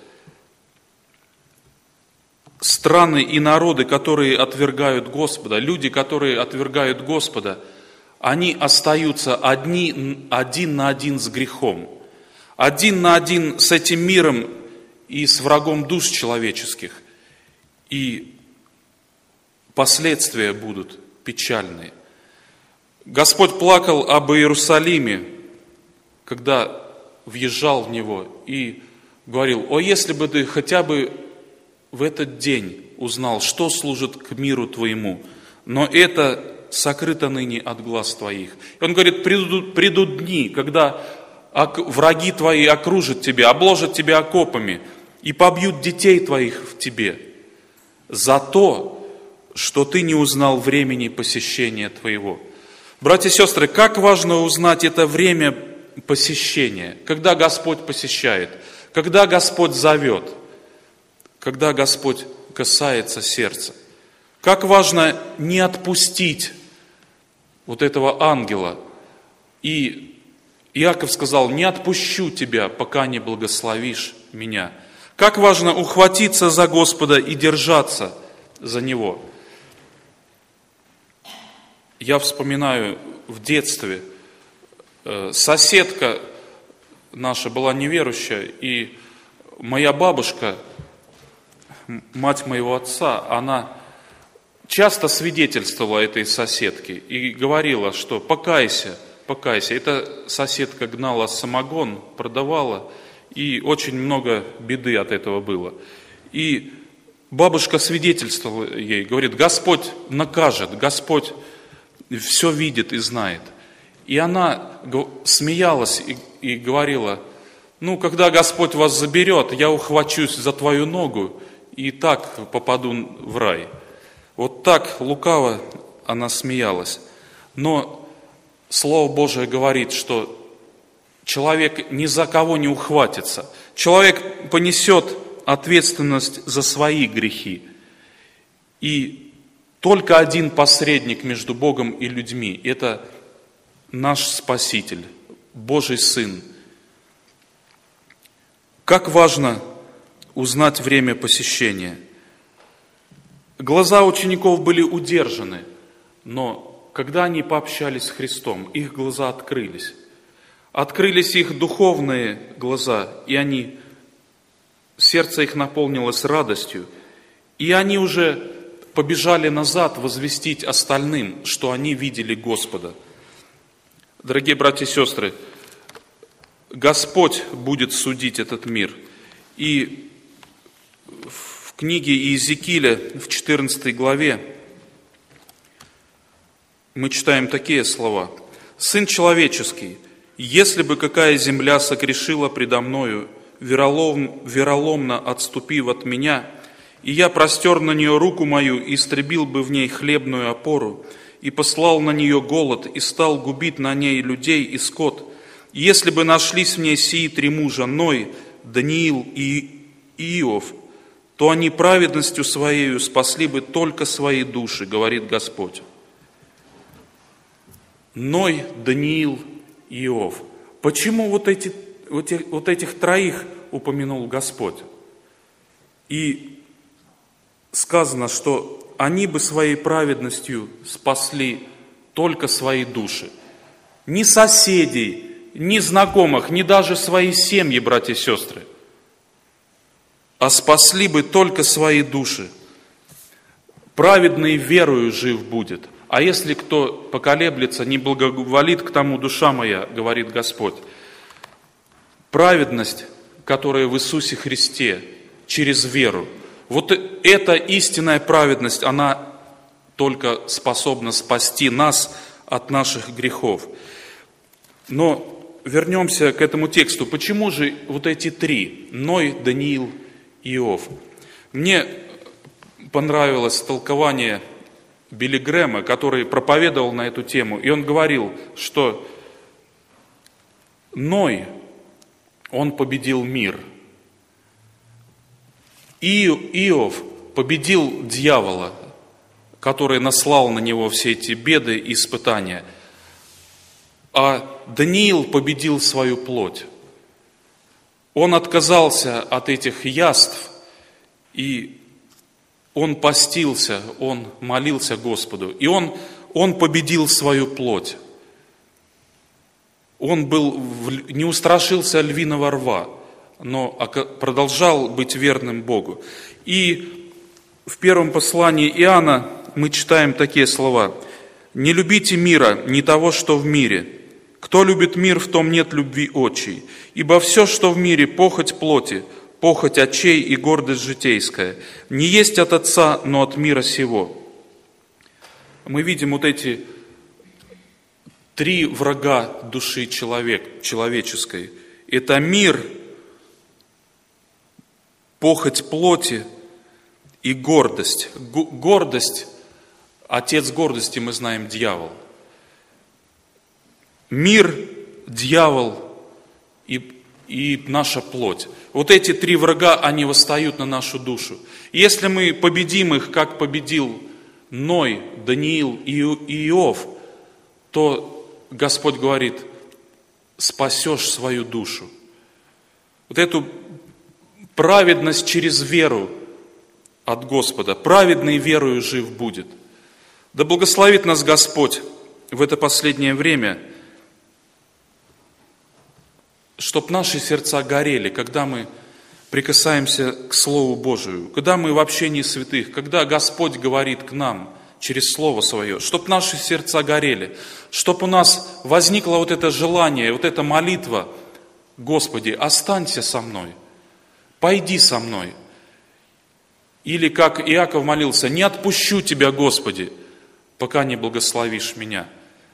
Speaker 1: Страны и народы, которые отвергают Господа, люди, которые отвергают Господа, они остаются одни, один на один с грехом, один на один с этим миром и с врагом душ человеческих. И последствия будут печальные. Господь плакал об Иерусалиме, когда въезжал в него, и говорил: о, если бы ты хотя бы в этот день узнал, что служит к миру твоему, но это сокрыто ныне от глаз твоих. И он говорит: придут, придут дни, когда враги твои окружат тебя, обложат тебя окопами и побьют детей твоих в тебе за то, что ты не узнал времени посещения твоего. Братья и сестры, как важно узнать это время посещения, когда Господь посещает, когда Господь зовет, когда Господь касается сердца. Как важно не отпустить вот этого ангела. И Иаков сказал: не отпущу тебя, пока не благословишь меня. Как важно ухватиться за Господа и держаться за Него. Я вспоминаю в детстве, соседка наша была неверующая, и моя бабушка, мать моего отца, она часто свидетельствовала этой соседке и говорила, что покайся, покайся. Эта соседка гнала самогон, продавала, и очень много беды от этого было. И бабушка свидетельствовала ей, говорит: Господь накажет, Господь все видит и знает. И она смеялась и, и говорила: ну, когда Господь вас заберет, я ухвачусь за твою ногу и так попаду в рай. Вот так лукаво она смеялась. Но Слово Божие говорит, что человек ни за кого не ухватится. Человек понесет ответственность за свои грехи. И только один посредник между Богом и людьми. Это наш Спаситель, Божий Сын. Как важно узнать время посещения. Глаза учеников были удержаны, но когда они пообщались с Христом, их глаза открылись. Открылись их духовные глаза, и они, сердце их наполнилось радостью, и они уже побежали назад возвестить остальным, что они видели Господа. Дорогие братья и сестры, Господь будет судить этот мир. И в книге Иезекииля, в четырнадцатой главе, мы читаем такие слова. «Сын человеческий, если бы какая земля согрешила предо мною, веролом, вероломно отступив от меня, и я простер на нее руку мою, и истребил бы в ней хлебную опору, и послал на нее голод, и стал губить на ней людей и скот, если бы нашлись в ней сии три мужа, Ной, Даниил и Иов, то они праведностью своею спасли бы только свои души, говорит Господь». Ной, Даниил, Иов. Почему вот, эти, вот, этих, вот этих троих упомянул Господь? И сказано, что они бы своей праведностью спасли только свои души. Ни соседей, ни знакомых, ни даже свои семьи, братья и сестры. А спасли бы только свои души. Праведный верою жив будет. А если кто поколеблется, не благоволит к тому душа моя, говорит Господь. Праведность, которая в Иисусе Христе, через веру. Вот эта истинная праведность, она только способна спасти нас от наших грехов. Но вернемся к этому тексту. Почему же вот эти три? Ной, Даниил, Иов. Мне понравилось толкование Билли Грэма, который проповедовал на эту тему. И он говорил, что Ной, он победил мир. И Иов победил дьявола, который наслал на него все эти беды и испытания. А Даниил победил свою плоть. Он отказался от этих яств, и он постился, он молился Господу, и он, он победил свою плоть. Он был, не устрашился львиного рва, но продолжал быть верным Богу. И в первом послании Иоанна мы читаем такие слова. «Не любите мира, не того, что в мире. Кто любит мир, в том нет любви отчей. Ибо все, что в мире, похоть плоти, похоть очей и гордость житейская, не есть от Отца, но от мира сего». Мы видим вот эти три врага души человек, человеческой. Это мир, похоть плоти и гордость. Гордость, отец гордости, мы знаем, дьявол. Мир, дьявол и, и наша плоть. Вот эти три врага, они восстают на нашу душу. И если мы победим их, как победил Ной, Даниил и Иов, то Господь говорит, спасешь свою душу. Вот эту праведность через веру от Господа. Праведный верою жив будет. Да благословит нас Господь в это последнее время, чтоб наши сердца горели, когда мы прикасаемся к Слову Божию, когда мы в общении святых, когда Господь говорит к нам через Слово Свое, чтоб наши сердца горели, чтоб у нас возникло вот это желание, вот эта молитва: Господи, останься со мной, пойди со мной. Или как Иаков молился: не отпущу Тебя, Господи, пока не благословишь меня.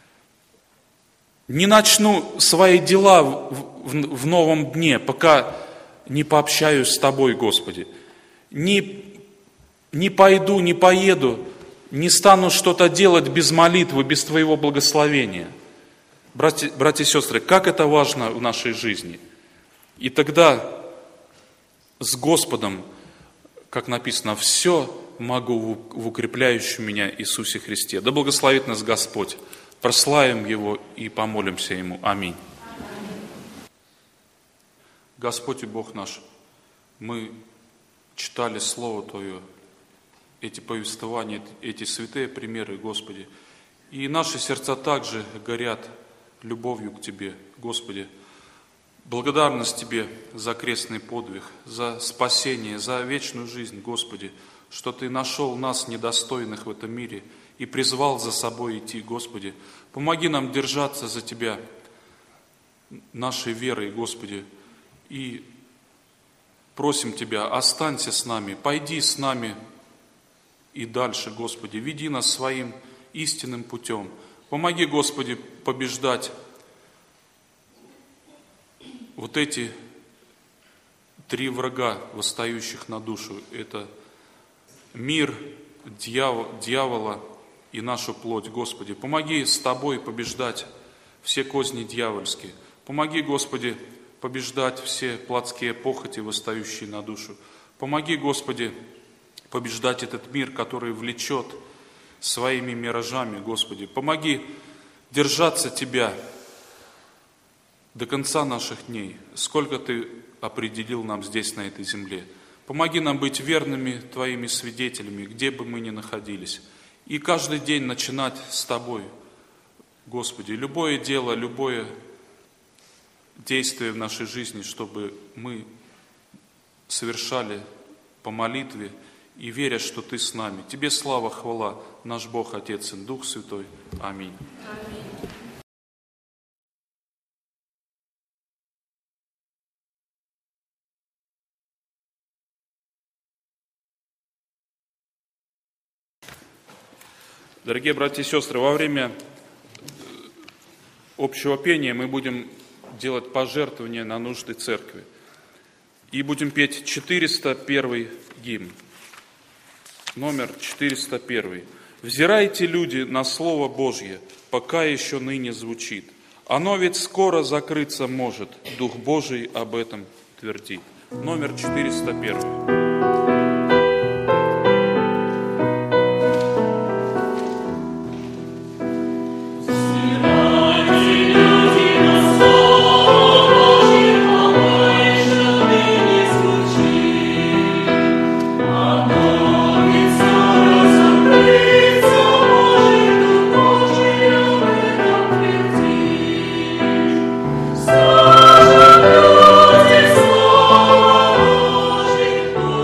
Speaker 1: Не начну свои дела в, в, в новом дне, пока не пообщаюсь с Тобой, Господи. Не, не пойду, не поеду, не стану что-то делать без молитвы, без Твоего благословения. Братья, братья и сестры, как это важно в нашей жизни. И тогда с Господом, как написано, все могу в укрепляющем меня Иисусе Христе. Да благословит нас Господь. Прославим Его и помолимся Ему. Аминь. Господь и Бог наш, мы читали Слово Твое, эти повествования, эти святые примеры, Господи. И наши сердца также горят любовью к Тебе, Господи. Благодарность Тебе за крестный подвиг, за спасение, за вечную жизнь, Господи, что Ты нашел нас, недостойных в этом мире, и призвал за собой идти, Господи. Помоги нам держаться за Тебя, нашей верой, Господи, и просим Тебя, останься с нами, пойди с нами и дальше, Господи, веди нас своим истинным путем. Помоги, Господи, побеждать вот эти три врага, восстающих на душу. Это мир, дьявол, дьявола и нашу плоть, Господи. Помоги с Тобой побеждать все козни дьявольские. Помоги, Господи, побеждать все плотские похоти, восстающие на душу. Помоги, Господи, побеждать этот мир, который влечет своими миражами, Господи. Помоги держаться Тебя до конца наших дней, сколько Ты определил нам здесь, на этой земле. Помоги нам быть верными Твоими свидетелями, где бы мы ни находились. И каждый день начинать с Тобой, Господи. Любое дело, любое действие в нашей жизни, чтобы мы совершали по молитве и веря, что Ты с нами. Тебе слава, хвала, наш Бог, Отец и Дух Святой. Аминь. Дорогие братья и сестры, во время общего пения мы будем делать пожертвования на нужды церкви. И будем петь четыреста первый гимн. Номер четыреста один. «Взирайте, люди, на Слово Божье, пока еще ныне звучит. Оно ведь скоро закрыться может, Дух Божий об этом твердит». Номер четыреста один.
Speaker 2: Божий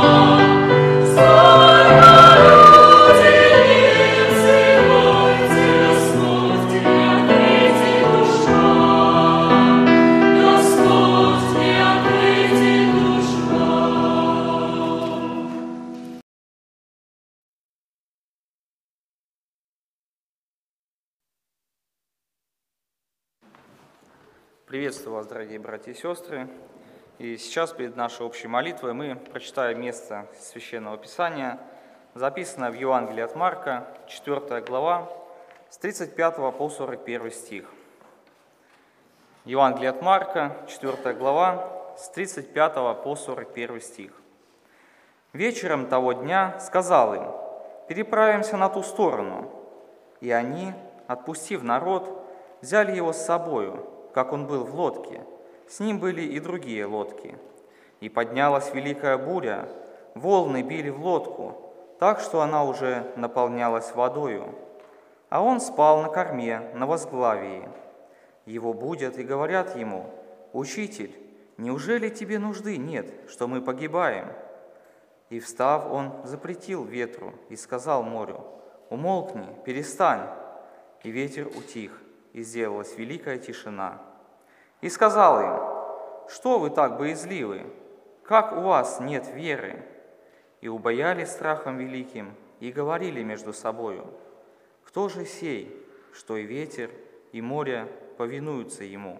Speaker 5: Приветствую вас, дорогие братья и сестры. И сейчас перед нашей общей молитвой мы прочитаем место Священного Писания, записанное в Евангелии от Марка, четвёртая глава, с тридцать пятого по сорок первый стих. Евангелие от Марка, четвёртая глава, с тридцать пятого по сорок первый стих. «Вечером того дня сказал им: переправимся на ту сторону. И они, отпустив народ, взяли его с собою, как он был в лодке. С ним были и другие лодки. И поднялась великая буря, волны били в лодку, так что она уже наполнялась водою. А он спал на корме, на возглавии. Его будят и говорят ему: «Учитель, неужели тебе нужды нет, что мы погибаем?» И, встав, он запретил ветру и сказал морю: «Умолкни, перестань». И ветер утих, и сделалась великая тишина. И сказал им: «Что вы так боязливы? Как у вас нет веры?» И убоялись страхом великим, и говорили между собою: «Кто же сей, что и ветер, и море повинуются ему?»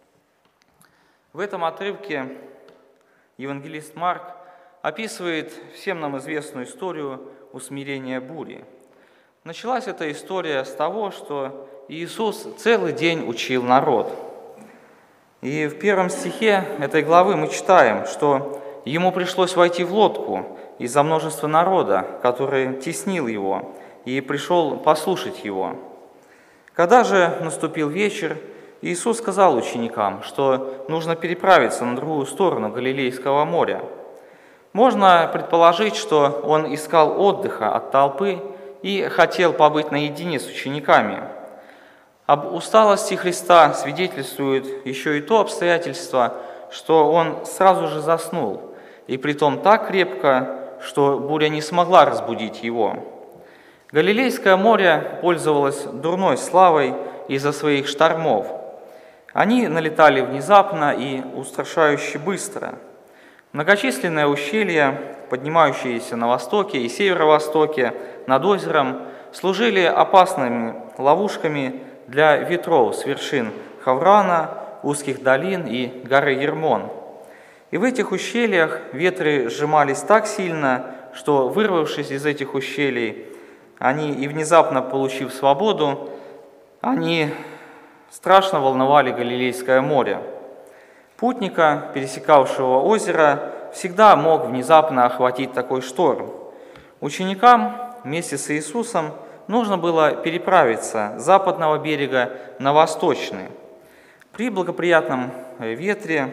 Speaker 5: В этом отрывке евангелист Марк описывает всем нам известную историю усмирения бури. Началась эта история с того, что Иисус целый день учил народ. И в первом стихе этой главы мы читаем, что ему пришлось войти в лодку из-за множества народа, который теснил его и пришел послушать его. Когда же наступил вечер, Иисус сказал ученикам, что нужно переправиться на другую сторону Галилейского моря. Можно предположить, что он искал отдыха от толпы и хотел побыть наедине с учениками. Об усталости Христа свидетельствует еще и то обстоятельство, что он сразу же заснул, и притом так крепко, что буря не смогла разбудить его. Галилейское море пользовалось дурной славой из-за своих штормов. Они налетали внезапно и устрашающе быстро. Многочисленные ущелья, поднимающиеся на востоке и северо-востоке над озером, служили опасными ловушками для ветров с вершин Хаврана, узких долин и горы Ермон. И в этих ущельях ветры сжимались так сильно, что, вырвавшись из этих ущелий, они и внезапно получив свободу, они страшно волновали Галилейское море. Путника, пересекавшего озеро, всегда мог внезапно охватить такой шторм. Ученикам вместе с Иисусом нужно было переправиться с западного берега на восточный. При благоприятном ветре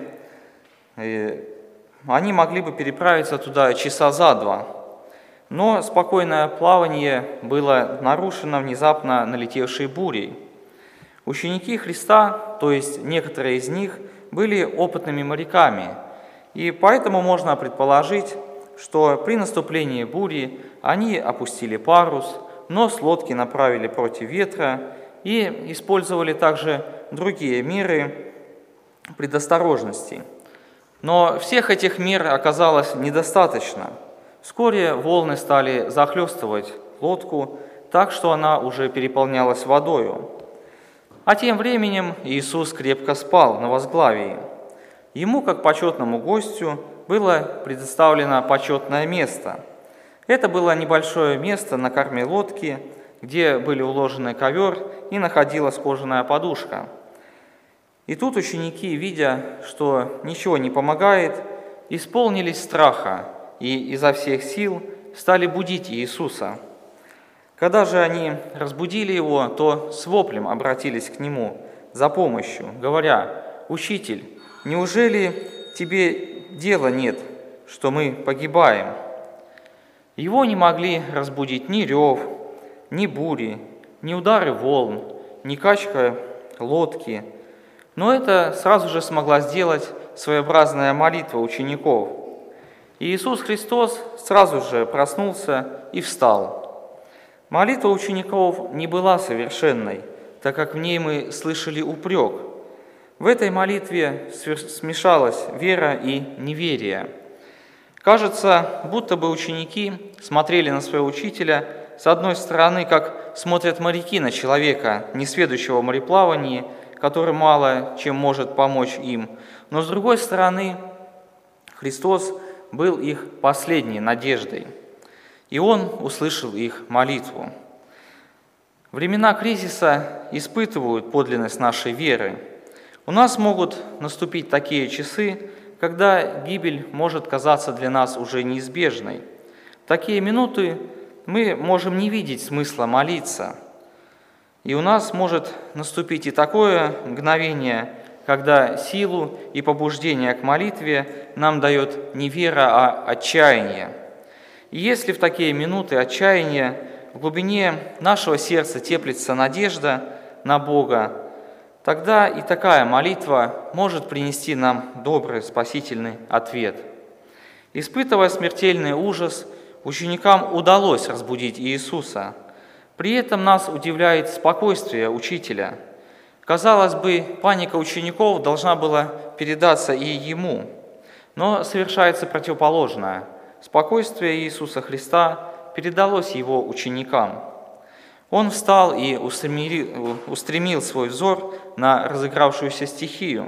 Speaker 5: они могли бы переправиться туда часа за два. Но спокойное плавание было нарушено внезапно налетевшей бурей. Ученики Христа, то есть некоторые из них, были опытными моряками, и поэтому можно предположить, что при наступлении бури они опустили парус, нос лодки направили против ветра и использовали также другие меры предосторожности. Но всех этих мер оказалось недостаточно. Вскоре волны стали захлестывать лодку так, что она уже переполнялась водою. А тем временем Иисус крепко спал на возглавии. Ему, как почетному гостю, было предоставлено почетное место. Это было небольшое место на корме лодки, где были уложены ковер и находилась кожаная подушка. И тут ученики, видя, что ничего не помогает, исполнились страха и изо всех сил стали будить Иисуса. Когда же они разбудили его, то с воплем обратились к нему за помощью, говоря: «Учитель, неужели тебе дела нет, что мы погибаем?» Его не могли разбудить ни рев, ни бури, ни удары волн, ни качка лодки. Но это сразу же смогла сделать своеобразная молитва учеников. И Иисус Христос сразу же проснулся и встал. Молитва учеников не была совершенной, так как в ней мы слышали упрек. В этой молитве смешалась вера и неверие. Кажется, будто бы ученики смотрели на своего учителя с одной стороны, как смотрят моряки на человека, несведущего в мореплавании, который мало чем может помочь им, но с другой стороны, Христос был их последней надеждой, и Он услышал их молитву. Времена кризиса испытывают подлинность нашей веры. У нас могут наступить такие часы, когда гибель может казаться для нас уже неизбежной. В такие минуты мы можем не видеть смысла молиться. И у нас может наступить и такое мгновение, когда силу и побуждение к молитве нам дает не вера, а отчаяние. И если в такие минуты отчаяния в глубине нашего сердца теплится надежда на Бога, тогда и такая молитва может принести нам добрый спасительный ответ. Испытывая смертельный ужас, ученикам удалось разбудить Иисуса. При этом нас удивляет спокойствие учителя. Казалось бы, паника учеников должна была передаться и ему, но совершается противоположное. Спокойствие Иисуса Христа передалось его ученикам. Он встал и устремил, устремил свой взор на разыгравшуюся стихию.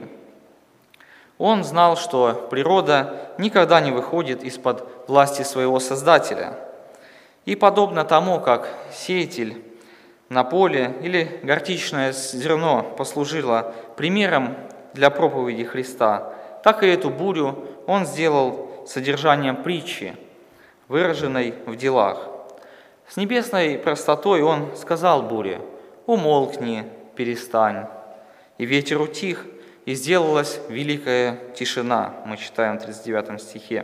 Speaker 5: Он знал, что природа никогда не выходит из-под власти своего Создателя. И подобно тому, как сеятель на поле или горчичное зерно послужило примером для проповеди Христа, так и эту бурю он сделал содержанием притчи, выраженной в делах. С небесной простотой он сказал буре: «Умолкни, перестань». И ветер утих, и сделалась великая тишина, мы читаем в тридцать девятом стихе.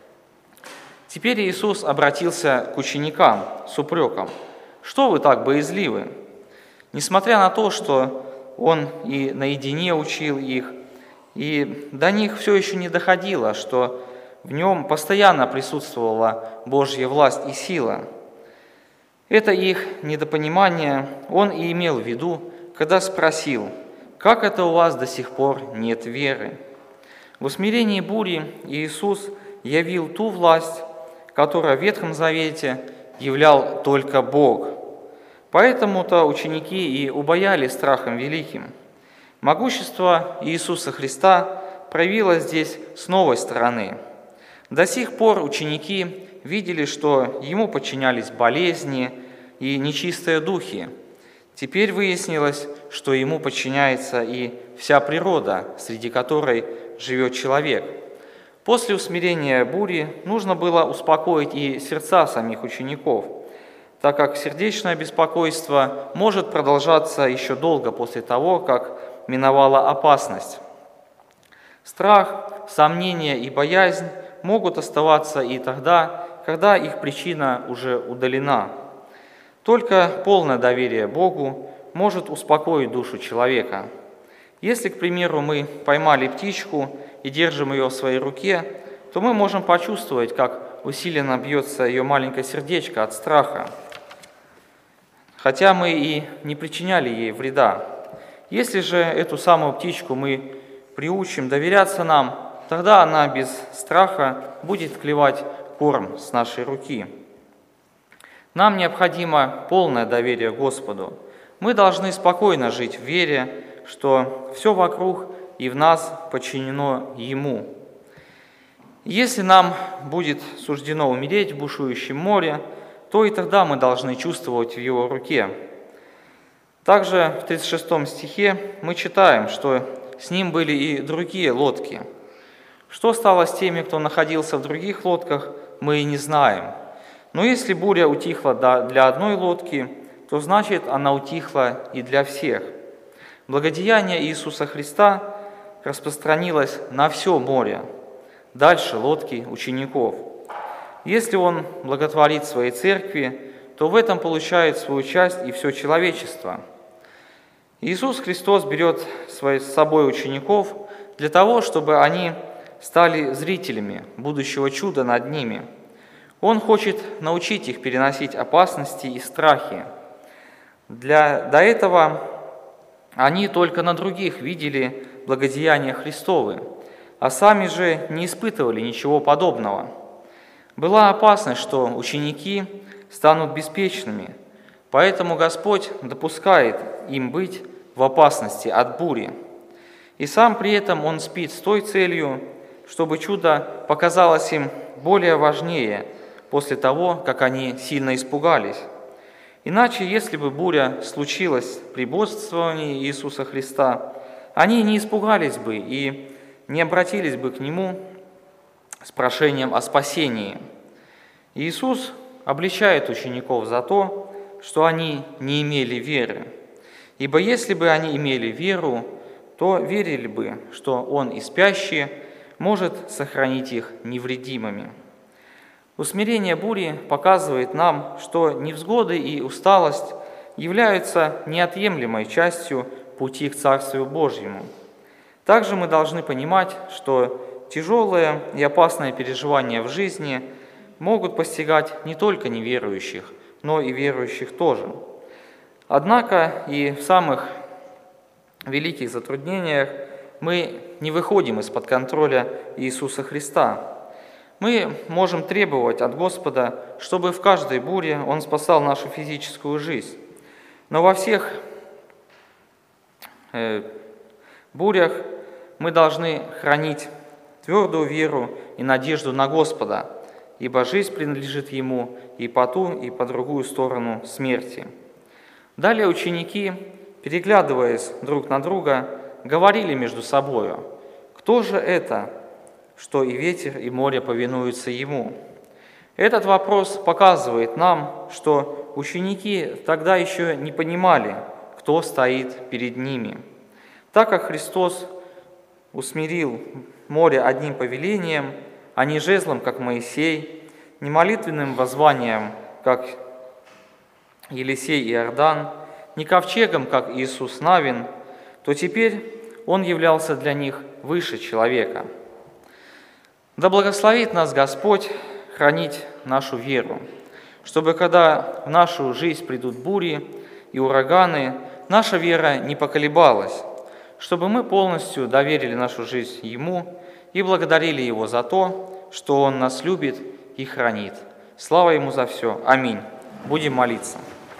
Speaker 5: Теперь Иисус обратился к ученикам с упреком: «Что вы так боязливы?» Несмотря на то, что Он и наедине учил их, и до них все еще не доходило, что в Нем постоянно присутствовала Божья власть и сила. Это их недопонимание Он и имел в виду, когда спросил: «Как это у вас до сих пор нет веры?» В усмирении бури Иисус явил ту власть, которую в Ветхом Завете являл только Бог. Поэтому-то ученики и убоялись страхом великим. Могущество Иисуса Христа проявилось здесь с новой стороны. До сих пор ученики видели, что Ему подчинялись болезни и нечистые духи. Теперь выяснилось, что Ему подчиняется и вся природа, среди которой живет человек. После усмирения бури нужно было успокоить и сердца самих учеников, так как сердечное беспокойство может продолжаться еще долго после того, как миновала опасность. Страх, сомнение и боязнь могут оставаться и тогда, когда их причина уже удалена. Только полное доверие Богу может успокоить душу человека. Если, к примеру, мы поймали птичку и держим ее в своей руке, то мы можем почувствовать, как усиленно бьется ее маленькое сердечко от страха, хотя мы и не причиняли ей вреда. Если же эту самую птичку мы приучим доверяться нам, тогда она без страха будет клевать корм с нашей руки. Нам необходимо полное доверие Господу. Мы должны спокойно жить в вере, что все вокруг и в нас подчинено Ему. Если нам будет суждено умереть в бушующем море, то и тогда мы должны чувствовать в Его руке. Также в тридцать шестом стихе мы читаем, что с Ним были и другие лодки. Что стало с теми, кто находился в других лодках, мы и не знаем. Но если буря утихла для одной лодки, то значит она утихла и для всех. Благодеяние Иисуса Христа распространилось на все море, дальше лодки учеников. Если Он благотворит своей церкви, то в этом получает свою часть и все человечество. Иисус Христос берет с собой учеников для того, чтобы они стали зрителями будущего чуда над ними. Он хочет научить их переносить опасности и страхи. Для, до этого они только на других видели благодеяния Христовы, а сами же не испытывали ничего подобного. Была опасность, что ученики станут беспечными, поэтому Господь допускает им быть в опасности от бури. И сам при этом Он спит с той целью, чтобы чудо показалось им более важнее после того, как они сильно испугались. Иначе, если бы буря случилась при бодрствовании Иисуса Христа, они не испугались бы и не обратились бы к Нему с прошением о спасении. Иисус обличает учеников за то, что они не имели веры. Ибо если бы они имели веру, то верили бы, что Он и спящий может сохранить их невредимыми. Усмирение бури показывает нам, что невзгоды и усталость являются неотъемлемой частью пути к Царствию Божьему. Также мы должны понимать, что тяжелые и опасные переживания в жизни могут постигать не только неверующих, но и верующих тоже. Однако и в самых великих затруднениях мы не выходим из-под контроля Иисуса Христа. Мы можем требовать от Господа, чтобы в каждой буре Он спасал нашу физическую жизнь. Но во всех э, бурях мы должны хранить твердую веру и надежду на Господа, ибо жизнь принадлежит Ему и по ту, и по другую сторону смерти. Далее ученики, переглядываясь друг на друга, говорили между собою: «Кто же это, что и ветер, и море повинуются Ему?» Этот вопрос показывает нам, что ученики тогда еще не понимали, кто стоит перед ними. Так как Христос усмирил море одним повелением, а не жезлом, как Моисей, не молитвенным воззванием, как Елисей и Иордан, не ковчегом, как Иисус Навин, то теперь Он являлся для них выше человека. Да благословит нас Господь хранить нашу веру, чтобы, когда в нашу жизнь придут бури и ураганы, наша вера не поколебалась, чтобы мы полностью доверили нашу жизнь Ему и благодарили Его за то, что Он нас любит и хранит. Слава Ему за все. Аминь. Будем молиться.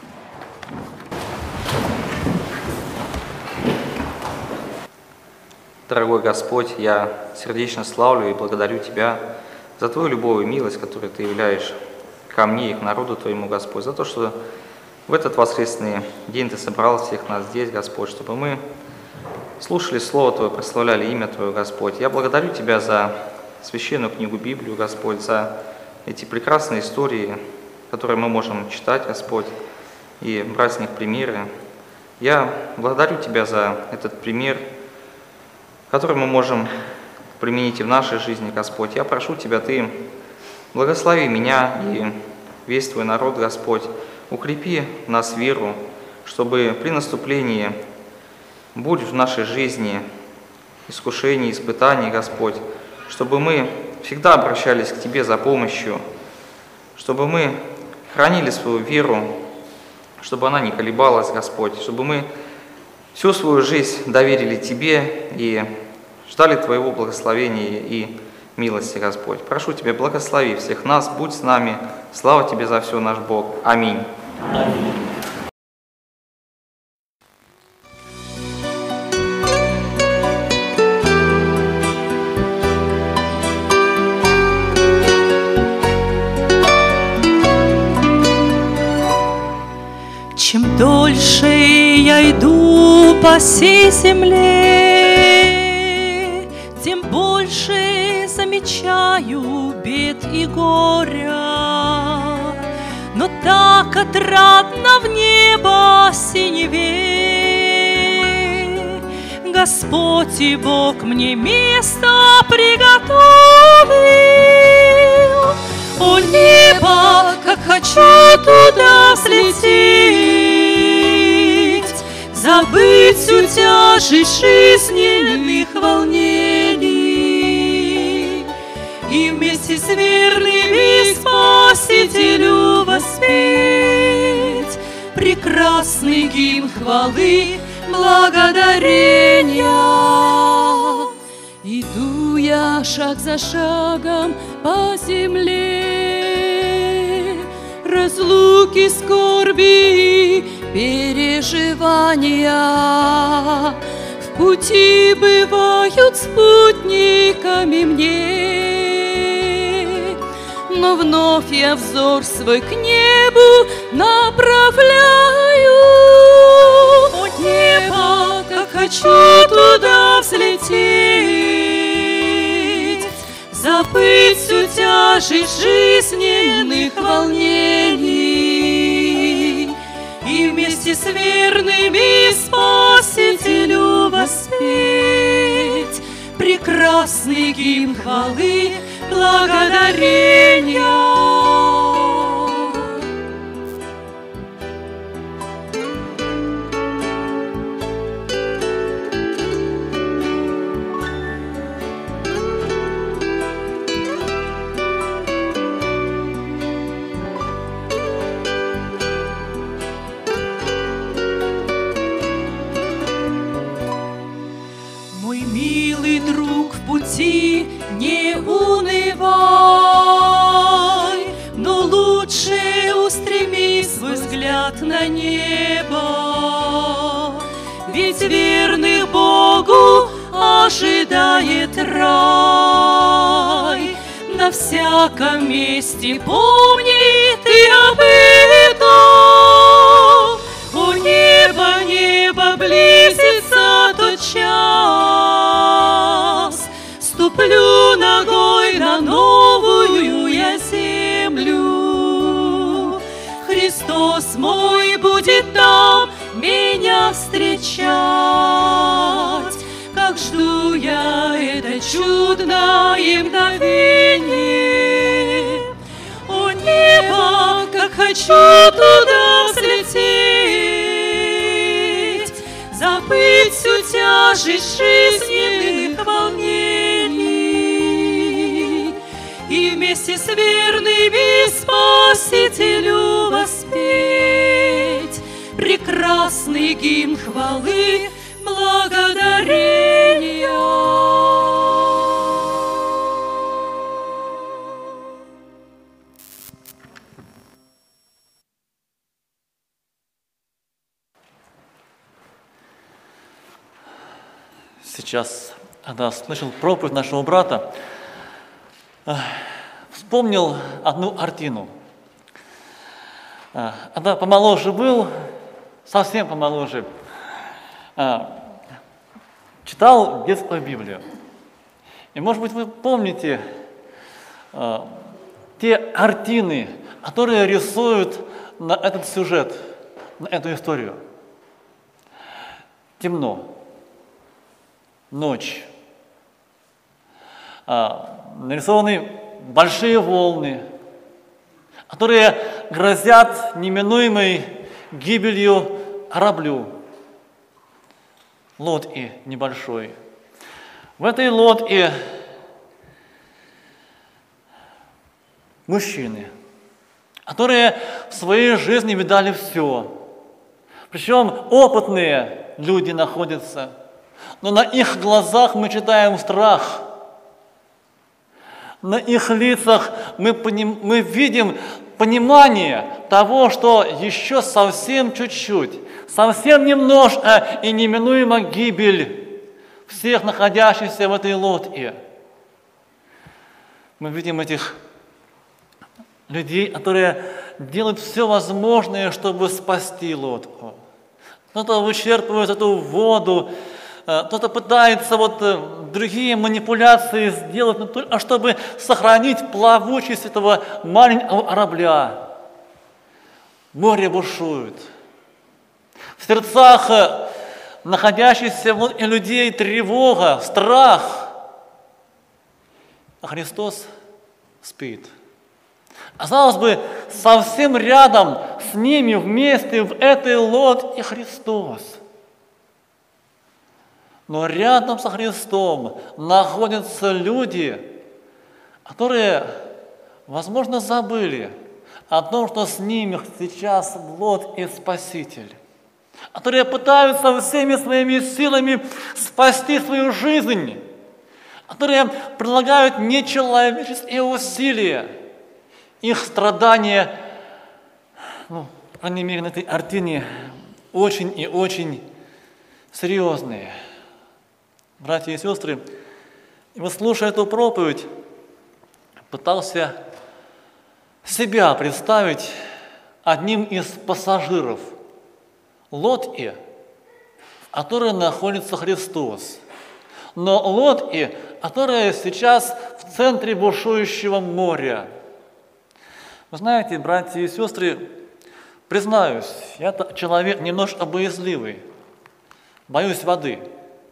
Speaker 5: Дорогой Господь, я сердечно славлю и благодарю Тебя за Твою любовь и милость, которую Ты являешь ко мне и к народу Твоему, Господь, за то, что в этот воскресный день Ты собрал всех нас здесь, Господь, чтобы мы слушали Слово Твое, прославляли имя Твое, Господь. Я благодарю Тебя за священную книгу Библию, Господь, за эти прекрасные истории, которые мы можем читать, Господь, и брать с них примеры. Я благодарю Тебя за этот пример, который мы можем применить и в нашей жизни, Господь. Я прошу Тебя, Ты благослови меня и весь Твой народ, Господь. Укрепи в нас веру, чтобы при наступлении бурь в нашей жизни, искушений, испытаний, Господь, чтобы мы всегда обращались к Тебе за помощью, чтобы мы хранили свою веру, чтобы она не колебалась, Господь, чтобы мы всю свою жизнь доверили Тебе и ждали Твоего благословения и милости, Господь. Прошу Тебя, благослови всех нас, будь с нами. Слава Тебе за все, наш Бог. Аминь. Аминь.
Speaker 2: Чем дольше я иду по сей земле, тем больше замечаю бед и горя. Но так отрадно в небо синеве Господь и Бог мне место приготовил. О небо, как хочу туда взлететь, забыть всю тяжесть жизненных волнений с верными Спасителю воспеть прекрасный гимн хвалы, благодарения. Иду я шаг за шагом по земле, разлуки, скорби и переживания в пути бывают спутниками мне, но вновь я взор свой к небу направляю. О небо, как хочу туда взлететь, забыть всю тяжесть жизненных волнений и вместе с верными Спасителю воспеть прекрасный гимн хвалы, благодарения. Не унывай, но лучше устреми свой взгляд на небо, ведь верных Богу ожидает рай. На всяком месте помни ты об этом. О небо, небо, близится тот час, ступлю ногой на новую я землю. Христос мой будет там меня встречать. Как жду я это чудное мгновение. О небо, как хочу туда взлететь, забыть всю тяжесть жизненных волнений и вместе с верными Спасителю воспеть прекрасный гимн хвалы, благодарения.
Speaker 6: Сейчас, когда слышал проповедь нашего брата, вспомнил одну картину. Когда помоложе был, совсем помоложе, читал детскую Библию. И, может быть, вы помните те картины, которые рисуют на этот сюжет, на эту историю. Темно. Ночь. А, нарисованы большие волны, которые грозят неминуемой гибелью кораблю. Лодки небольшой. В этой лодке мужчины, которые в своей жизни видали все. Причем опытные люди находятся. Но на их глазах мы читаем страх. На их лицах мы, поним, мы видим понимание того, что еще совсем чуть-чуть, совсем немножко и неминуема гибель всех находящихся в этой лодке. Мы видим этих людей, которые делают все возможное, чтобы спасти лодку. Кто-то вычерпывает эту воду, кто-то пытается вот другие манипуляции сделать, но только чтобы сохранить плавучесть этого маленького корабля. Море бушует. В сердцах находящихся в лодке людей тревога, страх. А Христос спит. Казалось бы, совсем рядом с ними вместе в этой лодке Христос. Но рядом со Христом находятся люди, которые возможно, забыли о том, что с ними сейчас Лот и Спаситель, которые пытаются всеми своими силами спасти свою жизнь, которые прилагают нечеловеческие усилия. Их страдания, ну, по крайней мере, на этой картине, очень и очень серьезные. Братья и сестры, и вот слушая эту проповедь, пытался себя представить одним из пассажиров лодки, в которой находится Христос. Но лодки, которая сейчас в центре бушующего моря. Вы знаете, братья и сестры, признаюсь, я человек немножко боязливый, боюсь воды.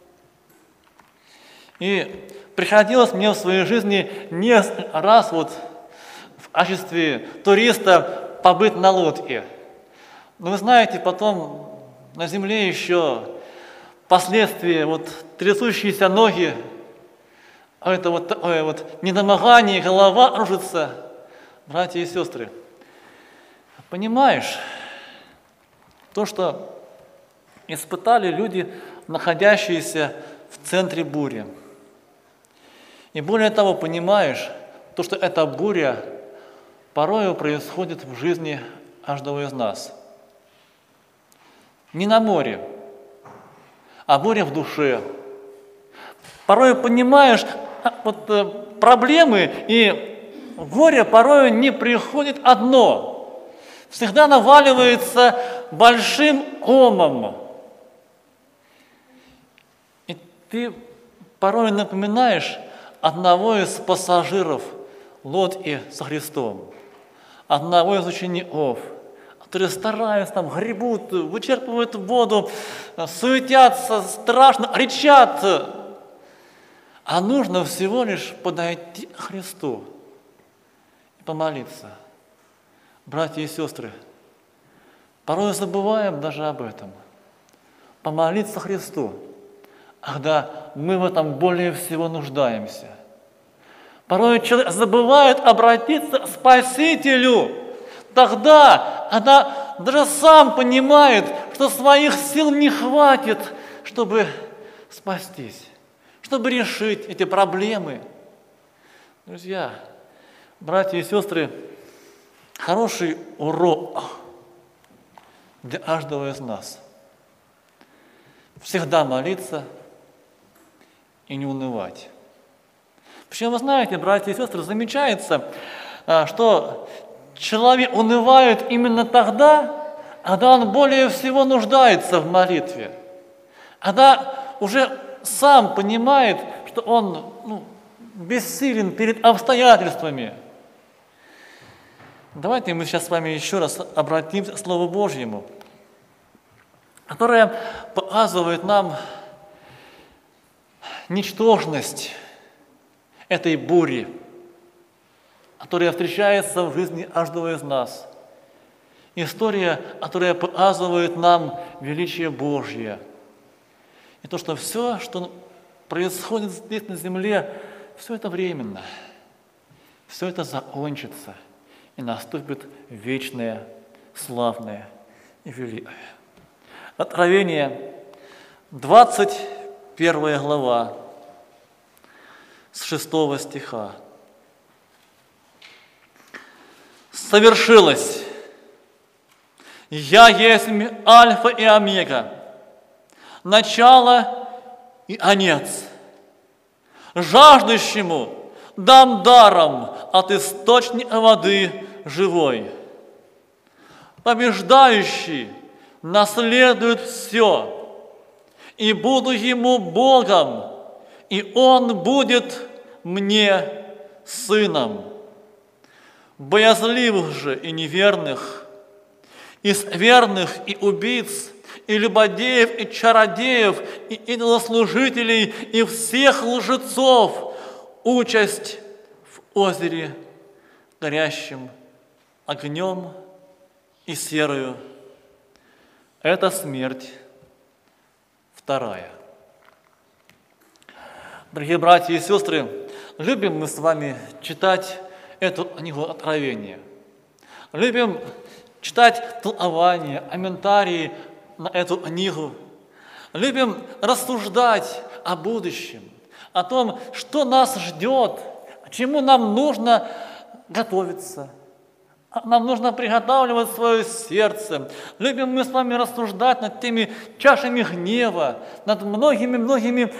Speaker 6: И приходилось мне в своей жизни несколько раз вот в качестве туриста побыть на лодке. Но вы знаете, потом на земле еще последствия, вот трясущиеся ноги, это вот такое вот недомогание, голова кружится. Братья и сестры, понимаешь, то, что испытали люди, находящиеся в центре бури. И более того, понимаешь, то, что эта буря порою происходит в жизни каждого из нас. Не на море, а буря в душе. Порой понимаешь, вот, проблемы и горе порой не приходит одно. Всегда наваливается большим комом. И ты порой напоминаешь одного из пассажиров лодки со Христом, одного из учеников, которые стараются, там, гребут, вычерпывают воду, суетятся, страшно, кричат. А нужно всего лишь подойти к Христу и помолиться. Братья и сестры, порой забываем даже об этом. Помолиться Христу, когда мы в этом более всего нуждаемся. Порой человек забывает обратиться к Спасителю, тогда она даже сам понимает, что своих сил не хватит, чтобы спастись, чтобы решить эти проблемы. Друзья, братья и сестры, хороший урок для каждого из нас. Всегда молиться и не унывать. Причем, вы знаете, братья и сестры, замечается, что человек унывает именно тогда, когда он более всего нуждается в молитве. Когда уже сам понимает, что он ну, бессилен перед обстоятельствами. Давайте мы сейчас с вами еще раз обратимся к Слову Божьему, которое показывает нам ничтожность этой бури, которая встречается в жизни каждого из нас. История, которая показывает нам величие Божье. И то, что все, что происходит здесь на земле, все это временно. Все это закончится, и наступит вечное, славное и великое. Откровение, двадцать первая глава, с шестого стиха. «Совершилось! Я есть Альфа и Омега, начало и конец. Жаждущему дам даром от источника воды живой. Побеждающий наследует все, и буду ему Богом, и он будет мне сыном. Боязливых же и неверных, и верных, и убийц, и любодеев, и чародеев, и идолослужителей, и всех лжецов участь в озере, горящим огнем и серою. Это смерть вторая». Дорогие братья и сестры, любим мы с вами читать эту книгу Откровения. Любим читать толкования, комментарии на эту книгу. Любим рассуждать о будущем, о том, что нас ждет, чему нам нужно готовиться. Нам нужно приготавливать свое сердце. Любим мы с вами рассуждать над теми чашами гнева, над многими-многими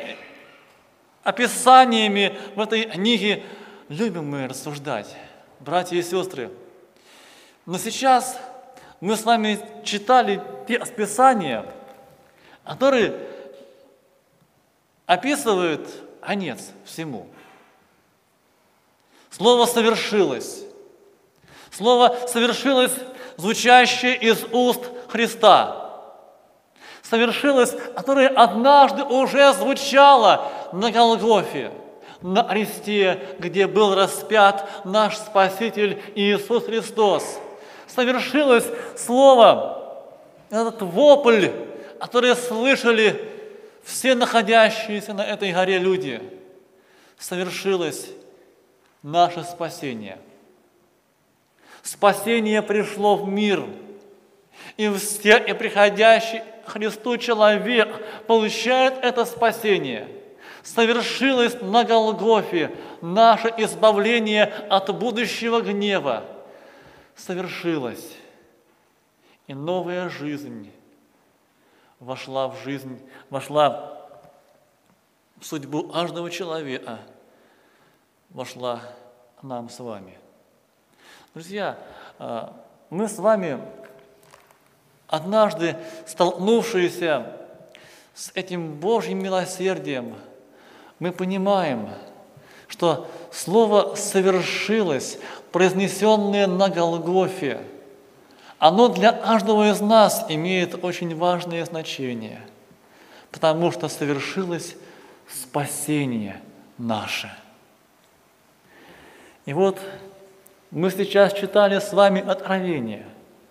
Speaker 6: описаниями в этой книге. Любим мы рассуждать, братья и сестры. Но сейчас мы с вами читали те описания, которые описывают конец всему. Слово «совершилось». Слово «совершилось», звучащее из уст Христа. Совершилось, которое однажды уже звучало на Голгофе, на кресте, где был распят наш Спаситель Иисус Христос. Совершилось слово, этот вопль, который слышали все находящиеся на этой горе люди. Совершилось наше спасение. Спасение пришло в мир, и все и приходящий к Христу человек получает это спасение. Совершилось на Голгофе наше избавление от будущего гнева. Совершилось, и новая жизнь вошла в жизнь, вошла в судьбу каждого человека, вошла нам с вами. Друзья, мы с вами, однажды столкнувшиеся с этим Божьим милосердием, мы понимаем, что слово «совершилось», произнесенное на Голгофе, оно для каждого из нас имеет очень важное значение, потому что совершилось спасение наше. И вот мы сейчас читали с вами Откровение,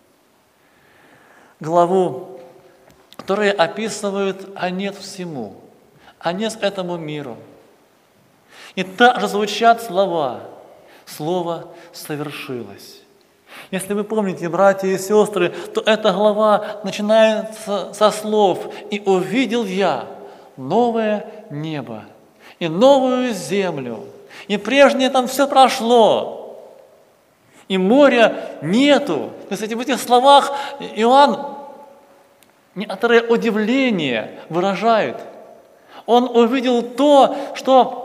Speaker 6: главу, которая описывает конец всему, конец этому миру. И также звучат слова, слово «совершилось». Если вы помните, братья и сестры, то эта глава начинается со слов «И увидел я новое небо и новую землю, и прежнее там все прошло, и моря нету». То есть в этих словах Иоанн некоторое удивление выражает. Он увидел то, что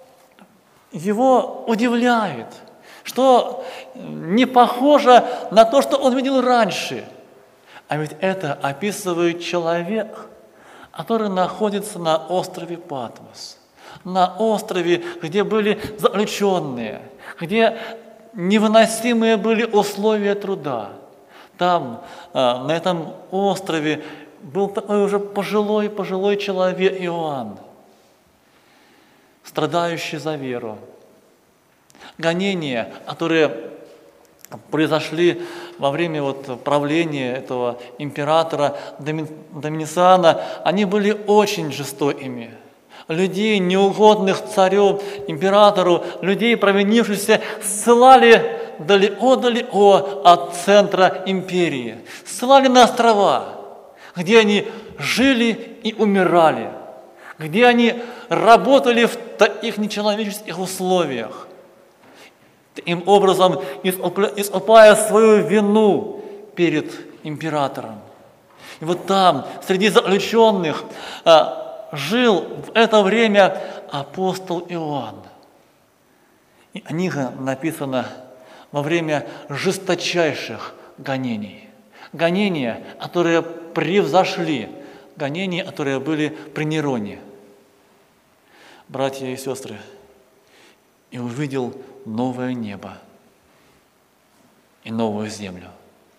Speaker 6: его удивляет, что не похоже на то, что он видел раньше. А ведь это описывает человек, который находится на острове Патмос, на острове, где были заключенные, где невыносимые были условия труда. Там, на этом острове, был такой уже пожилой-пожилой человек Иоанн, страдающий за веру. Гонения, которые произошли во время вот правления этого императора Домициана, они были очень жестокими. Людей, неугодных царю, императору, людей, провинившихся, ссылали далеко-далеко от центра империи. Ссылали на острова, где они жили и умирали, где они работали в таких нечеловеческих условиях. Таким образом, искупая свою вину перед императором. И вот там, среди заключенных, жил в это время апостол Иоанн. И книга написана во время жесточайших гонений. Гонения, которые превзошли гонения, которые были при Нероне. Братья и сестры, и увидел новое небо и новую землю.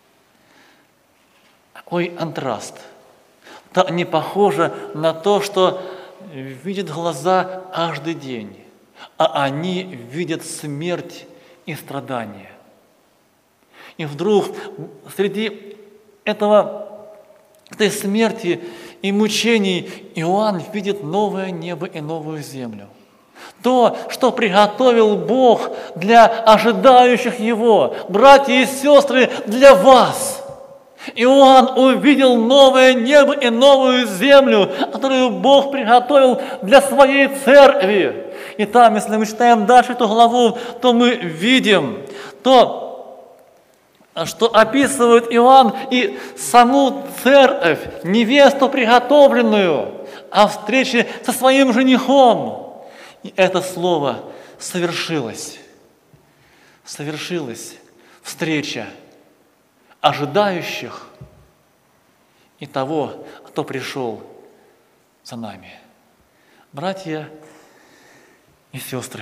Speaker 6: Какой контраст! Так не похоже на то, что видят глаза каждый день, а они видят смерть и страдания. И вдруг среди этого, этой смерти и мучений Иоанн видит новое небо и новую землю. то, что приготовил Бог для ожидающих Его, братья и сестры, для вас. Иоанн увидел новое небо и новую землю, которую Бог приготовил для своей церкви. И там, если мы читаем дальше эту главу, то мы видим то, что описывает Иоанн и саму церковь, невесту приготовленную, о встрече со своим женихом. И это слово совершилось. Совершилась встреча ожидающих и того, кто пришел за нами. Братья и сестры,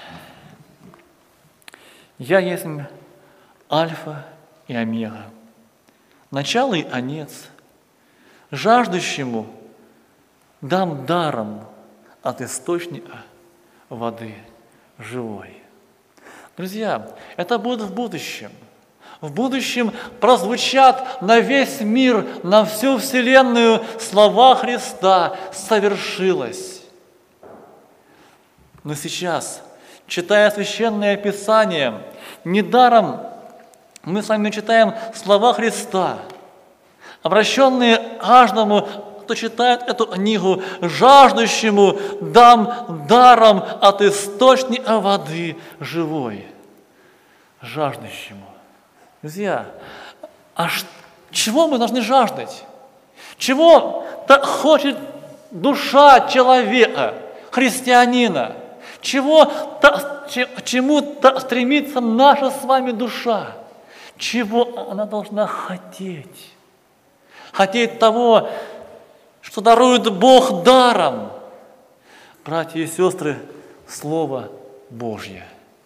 Speaker 6: я есть Альфа и Омега, начало и конец. Жаждущему дам даром от источника воды живой. Друзья, это будет в будущем. В будущем прозвучат на весь мир, на всю вселенную слова Христа «совершилось». Но сейчас, читая Священное Писание, недаром мы с вами читаем слова Христа, обращенные каждому, кто читает эту книгу: «Жаждущему дам даром от источника воды живой». Жаждущему. Друзья, а ш- чего мы должны жаждать? Чего-то хочет душа человека, христианина? Чего-то, чему-то стремится наша с вами душа? Чего она должна хотеть? Хотеть того, что дарует Бог даром. Братья и сестры, Слово Божье.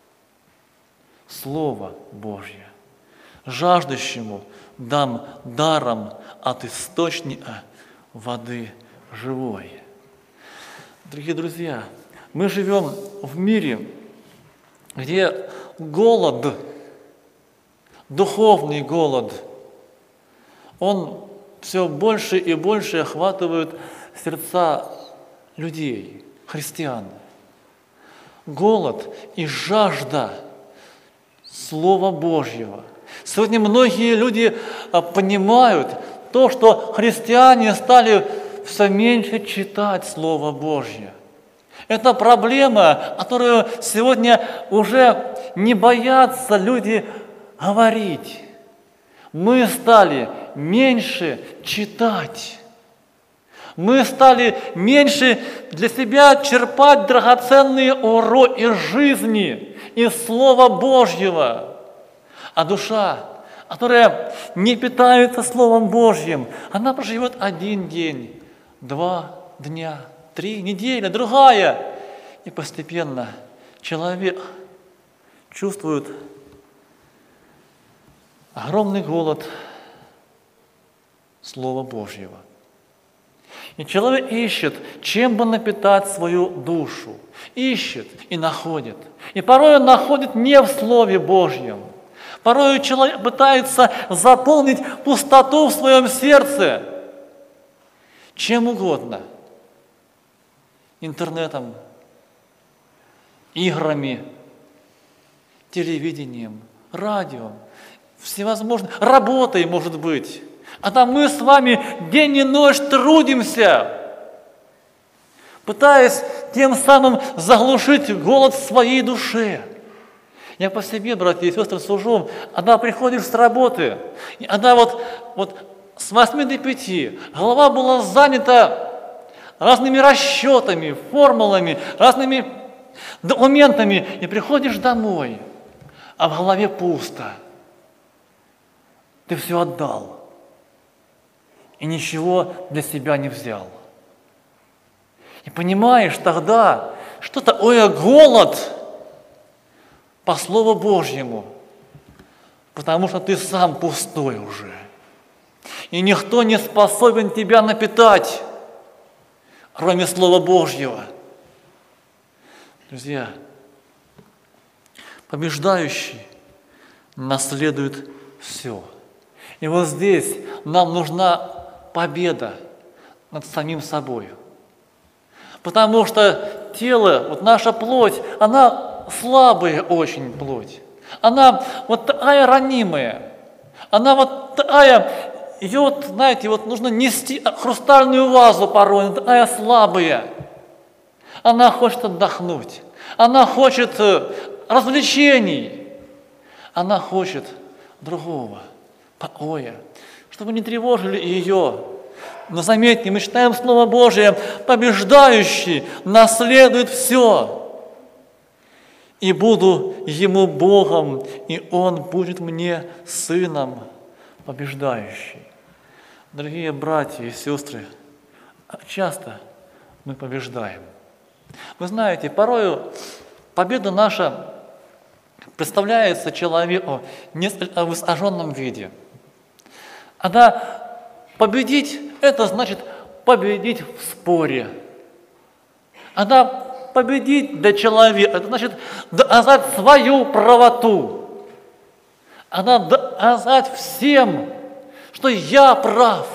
Speaker 6: Слово Божье. Жаждущему дам даром от источника воды живой. Дорогие друзья, мы живем в мире, где голод, духовный голод, он все больше и больше охватывает сердца людей, христиан. Голод и жажда Слова Божьего. Сегодня многие люди понимают то, что христиане стали все меньше читать Слово Божье. Это проблема, которую сегодня уже не боятся люди говорить. Мы стали меньше читать. Мы стали меньше для себя черпать драгоценные уроки жизни из Слова Божьего. А душа, которая не питается Словом Божьим, она проживет один день, два дня, три, неделя, другая. И постепенно человек чувствует огромный голод Слова Божьего. И человек ищет, чем бы напитать свою душу. Ищет и находит. И порой он находит не в Слове Божьем. Порой человек пытается заполнить пустоту в своем сердце чем угодно. Интернетом, играми, телевидением, радио, всевозможной работой, может быть. А там мы с вами день и ночь трудимся, пытаясь тем самым заглушить голод в своей душе. Я по себе, братья и сестры, сужу, когда приходишь с работы, и когда вот, вот с восьми до пяти голова была занята разными расчетами, формулами, разными документами, и приходишь домой, а в голове пусто. Ты все отдал и ничего для себя не взял. И понимаешь тогда, что такое голод по Слову Божьему, потому что ты сам пустой уже. И никто не способен тебя напитать, кроме Слова Божьего. Друзья, побеждающий наследует все. И вот здесь нам нужна победа над самим собой. Потому что тело, вот наша плоть, она слабая очень плоть. Она вот такая ранимая. Она вот такая, ее вот, знаете, вот нужно нести хрустальную вазу порой, она такая слабая. Она хочет отдохнуть. Она хочет развлечений. Она хочет другого, покоя, чтобы не тревожили ее. Но заметьте, мы читаем Слово Божие, побеждающий наследует все. И буду ему Богом, и он будет мне сыном побеждающий. Дорогие братья и сестры, часто мы побеждаем. Вы знаете, порою победа наша представляется человеку несколько в искаженном виде. Она победить – это значит победить в споре. Она победить для человека – это значит доказать свою правоту. Она доказать всем, что я прав.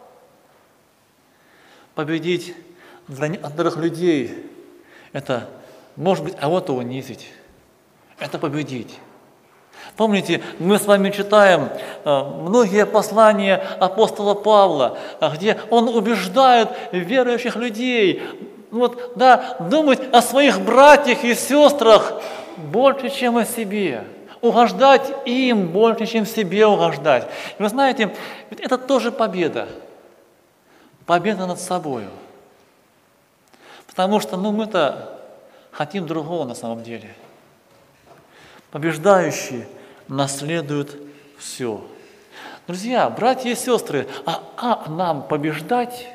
Speaker 6: Победить для некоторых людей – это, может быть, кого-то унизить. Это победить. Помните, мы с вами читаем э, многие послания апостола Павла, где он убеждает верующих людей, вот, да, думать о своих братьях и сестрах больше, чем о себе, угождать им больше, чем себе угождать. И вы знаете, ведь это тоже победа, победа над собой, потому что, ну, мы-то хотим другого на самом деле. Побеждающий наследует все. Друзья, братья и сестры, а как нам побеждать,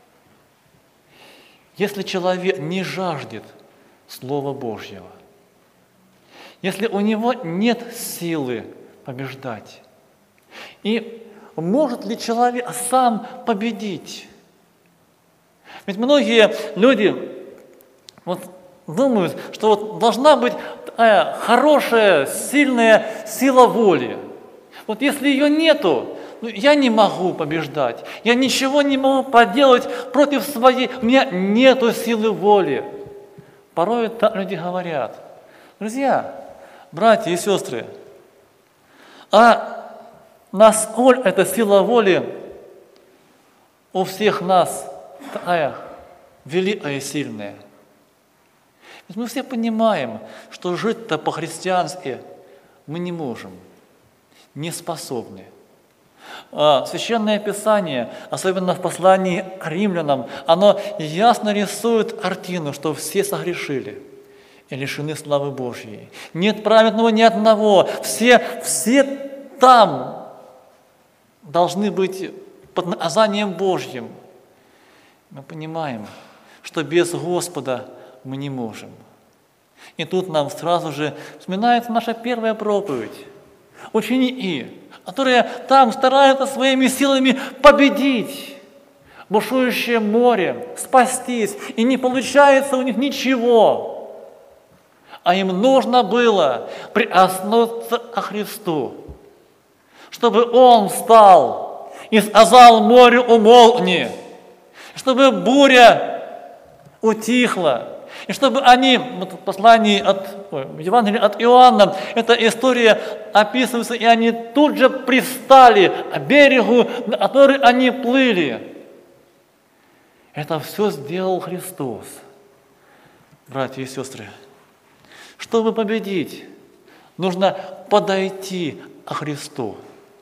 Speaker 6: если человек не жаждет Слова Божьего? Если у него нет силы побеждать? И может ли человек сам победить? Ведь многие люди вот думают, что вот должна быть такая хорошая, сильная сила воли. Вот если ее нету, ну, я не могу побеждать, я ничего не могу поделать против своей, у меня нету силы воли. Порой так люди говорят. Друзья, братья и сестры, а насколько эта сила воли у всех нас такая великая и сильная? Ведь мы все понимаем, что жить-то по-христиански мы не можем, не способны. Священное Писание, особенно в послании к римлянам, оно ясно рисует картину, что все согрешили и лишены славы Божьей. Нет праведного ни одного. Все, все там должны быть под наказанием Божьим. Мы понимаем, что без Господа мы не можем. И тут нам сразу же вспоминается наша первая проповедь. Ученики, которые там стараются своими силами победить бушующее море, спастись, и не получается у них ничего. А им нужно было прикоснуться ко Христу, чтобы Он встал и сказал морю: умолкни, чтобы буря утихла. И чтобы они, вот в послании от, ой, в Евангелии от Иоанна, эта история описывается, и они тут же пристали к берегу, на который они плыли. Это все сделал Христос. Братья и сестры, чтобы победить, нужно подойти к Христу.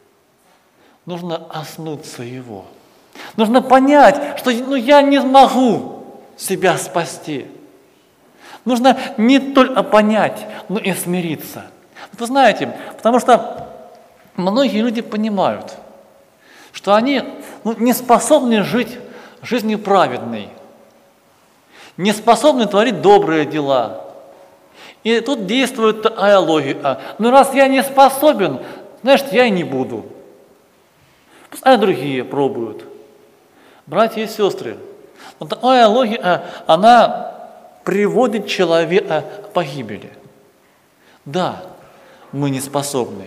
Speaker 6: Нужно коснуться Его. Нужно понять, что ну, я не смогу себя спасти. Нужно не только понять, но и смириться. Вы знаете, потому что многие люди понимают, что они ну, не способны жить жизнью праведной, не способны творить добрые дела. И тут действует такая логика. Ну раз я не способен, значит, я и не буду. Пускай другие пробуют. Братья и сестры, вот такая логика, она приводит человека к погибели. Да, мы не способны.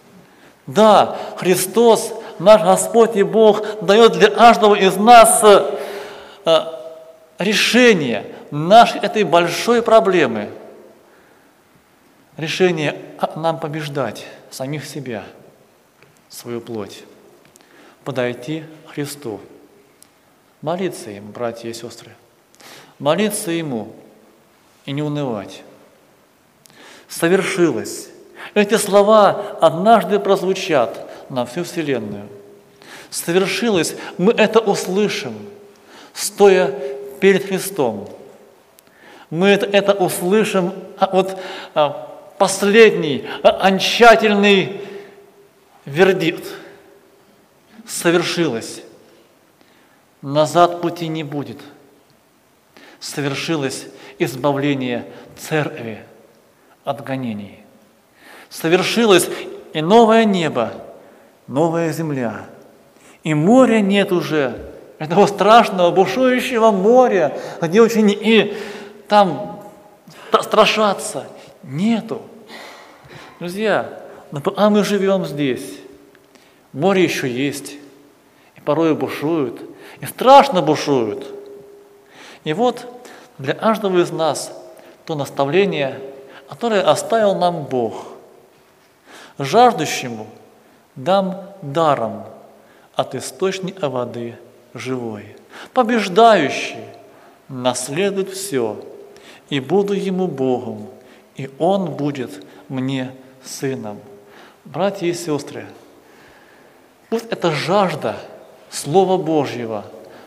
Speaker 6: Да, Христос, наш Господь и Бог, дает для каждого из нас решение, нашей этой большой проблемы решение нам побеждать самих себя, свою плоть, подойти к Христу, молиться Ему, братья и сестры, молиться Ему и не унывать. Совершилось. Эти слова однажды прозвучат на всю вселенную. Совершилось, мы это услышим, стоя перед Христом. Мы это, это услышим от последний, окончательный вердикт. Совершилось. Назад пути не будет. Совершилось избавление церкви от гонений. Совершилось и новое небо, новая земля. И моря нет уже, этого страшного бушующего моря, где очень и там страшаться. Нету. Друзья, а мы живем здесь. Море еще есть. И порой бушуют. И страшно бушуют. И вот для каждого из нас то наставление, которое оставил нам Бог. Жаждущему дам даром от источника воды живой. Побеждающий наследует все, и буду ему Богом, и он будет мне сыном. Братья и сестры, пусть эта жажда Слова Божьего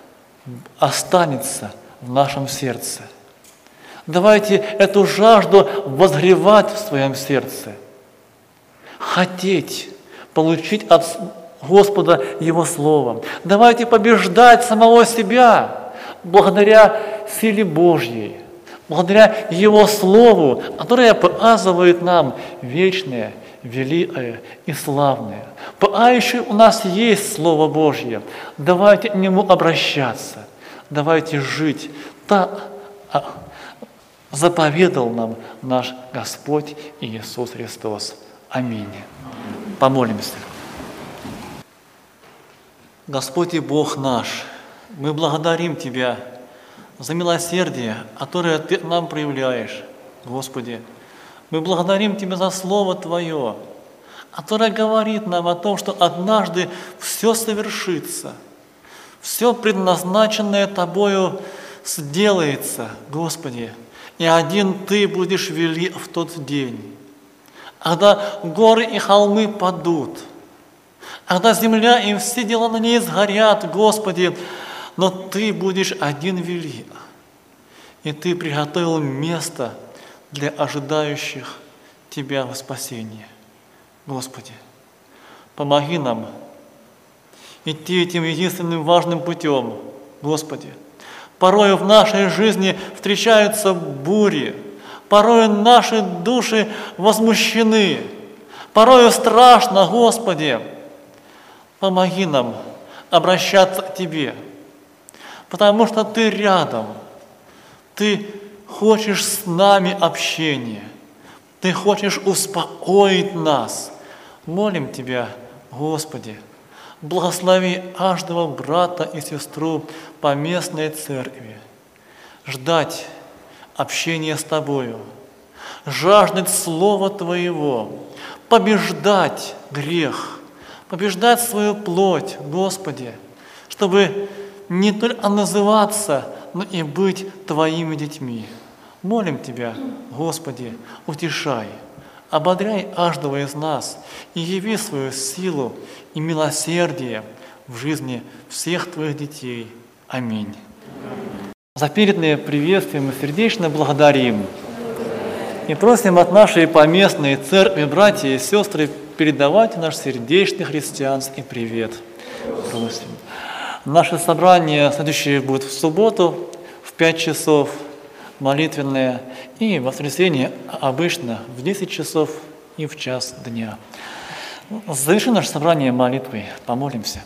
Speaker 6: останется в нашем сердце. Давайте эту жажду возгревать в своем сердце, хотеть получить от Господа Его Слово. Давайте побеждать самого себя благодаря силе Божьей, благодаря Его Слову, которое показывает нам вечное, великое и славное. Пока еще у нас есть Слово Божье, давайте к Нему обращаться, давайте жить так, заповедал нам наш Господь Иисус Христос. Аминь. Помолимся. Господь и Бог наш, мы благодарим Тебя за милосердие, которое Ты нам проявляешь, Господи. Мы благодарим Тебя за Слово Твое, которое говорит нам о том, что однажды все совершится, все предназначенное Тобою сделается, Господи, и один Ты будешь велик в тот день, когда горы и холмы падут, когда земля и все дела на ней сгорят, Господи, но Ты будешь один велик, и Ты приготовил место для ожидающих Тебя во спасении. Господи, помоги нам идти этим единственным важным путем, Господи. Порой в нашей жизни встречаются бури, порой наши души возмущены, порой страшно, Господи. Помоги нам обращаться к Тебе, потому что Ты рядом, Ты хочешь с нами общения, Ты хочешь успокоить нас. Молим Тебя, Господи, благослови каждого брата и сестру по местной церкви, ждать общения с Тобою, жаждать Слова Твоего, побеждать грех, побеждать свою плоть, Господи, чтобы не только называться, но и быть Твоими детьми. Молим Тебя, Господи, утешай, ободряй каждого из нас и яви свою силу и милосердие в жизни всех Твоих детей. Аминь. За передное приветствие мы сердечно благодарим и просим от нашей поместной церкви, братья и сестры, передавать наш сердечный христианский привет. Просим. Наше собрание следующее будет в субботу в пять часов, молитвенное, и в воскресенье обычно в десять часов и в час дня. Завершим наше собрание молитвой, помолимся.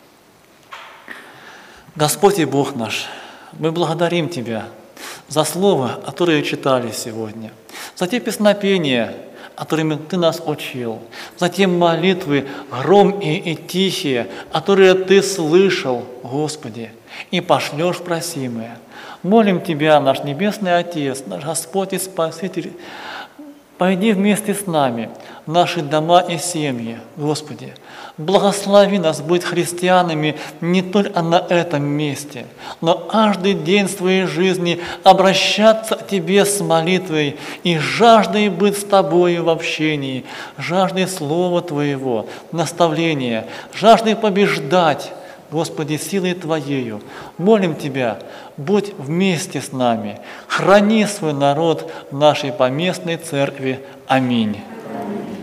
Speaker 6: Господь и Бог наш, мы благодарим Тебя за Слово, которое читали сегодня, за те песнопения, которыми Ты нас учил, за те молитвы громкие и тихие, которые Ты слышал, Господи, и пошлешь просимые. Молим Тебя, наш Небесный Отец, наш Господь и Спаситель, пойди вместе с нами в наши дома и семьи, Господи. Благослови нас быть христианами не только на этом месте, но каждый день своей жизни обращаться к Тебе с молитвой и жаждой быть с Тобою в общении, жаждой Слова Твоего, наставления, жаждой побеждать, Господи, силой Твоею. Молим Тебя, будь вместе с нами, храни свой народ в нашей поместной церкви. Аминь.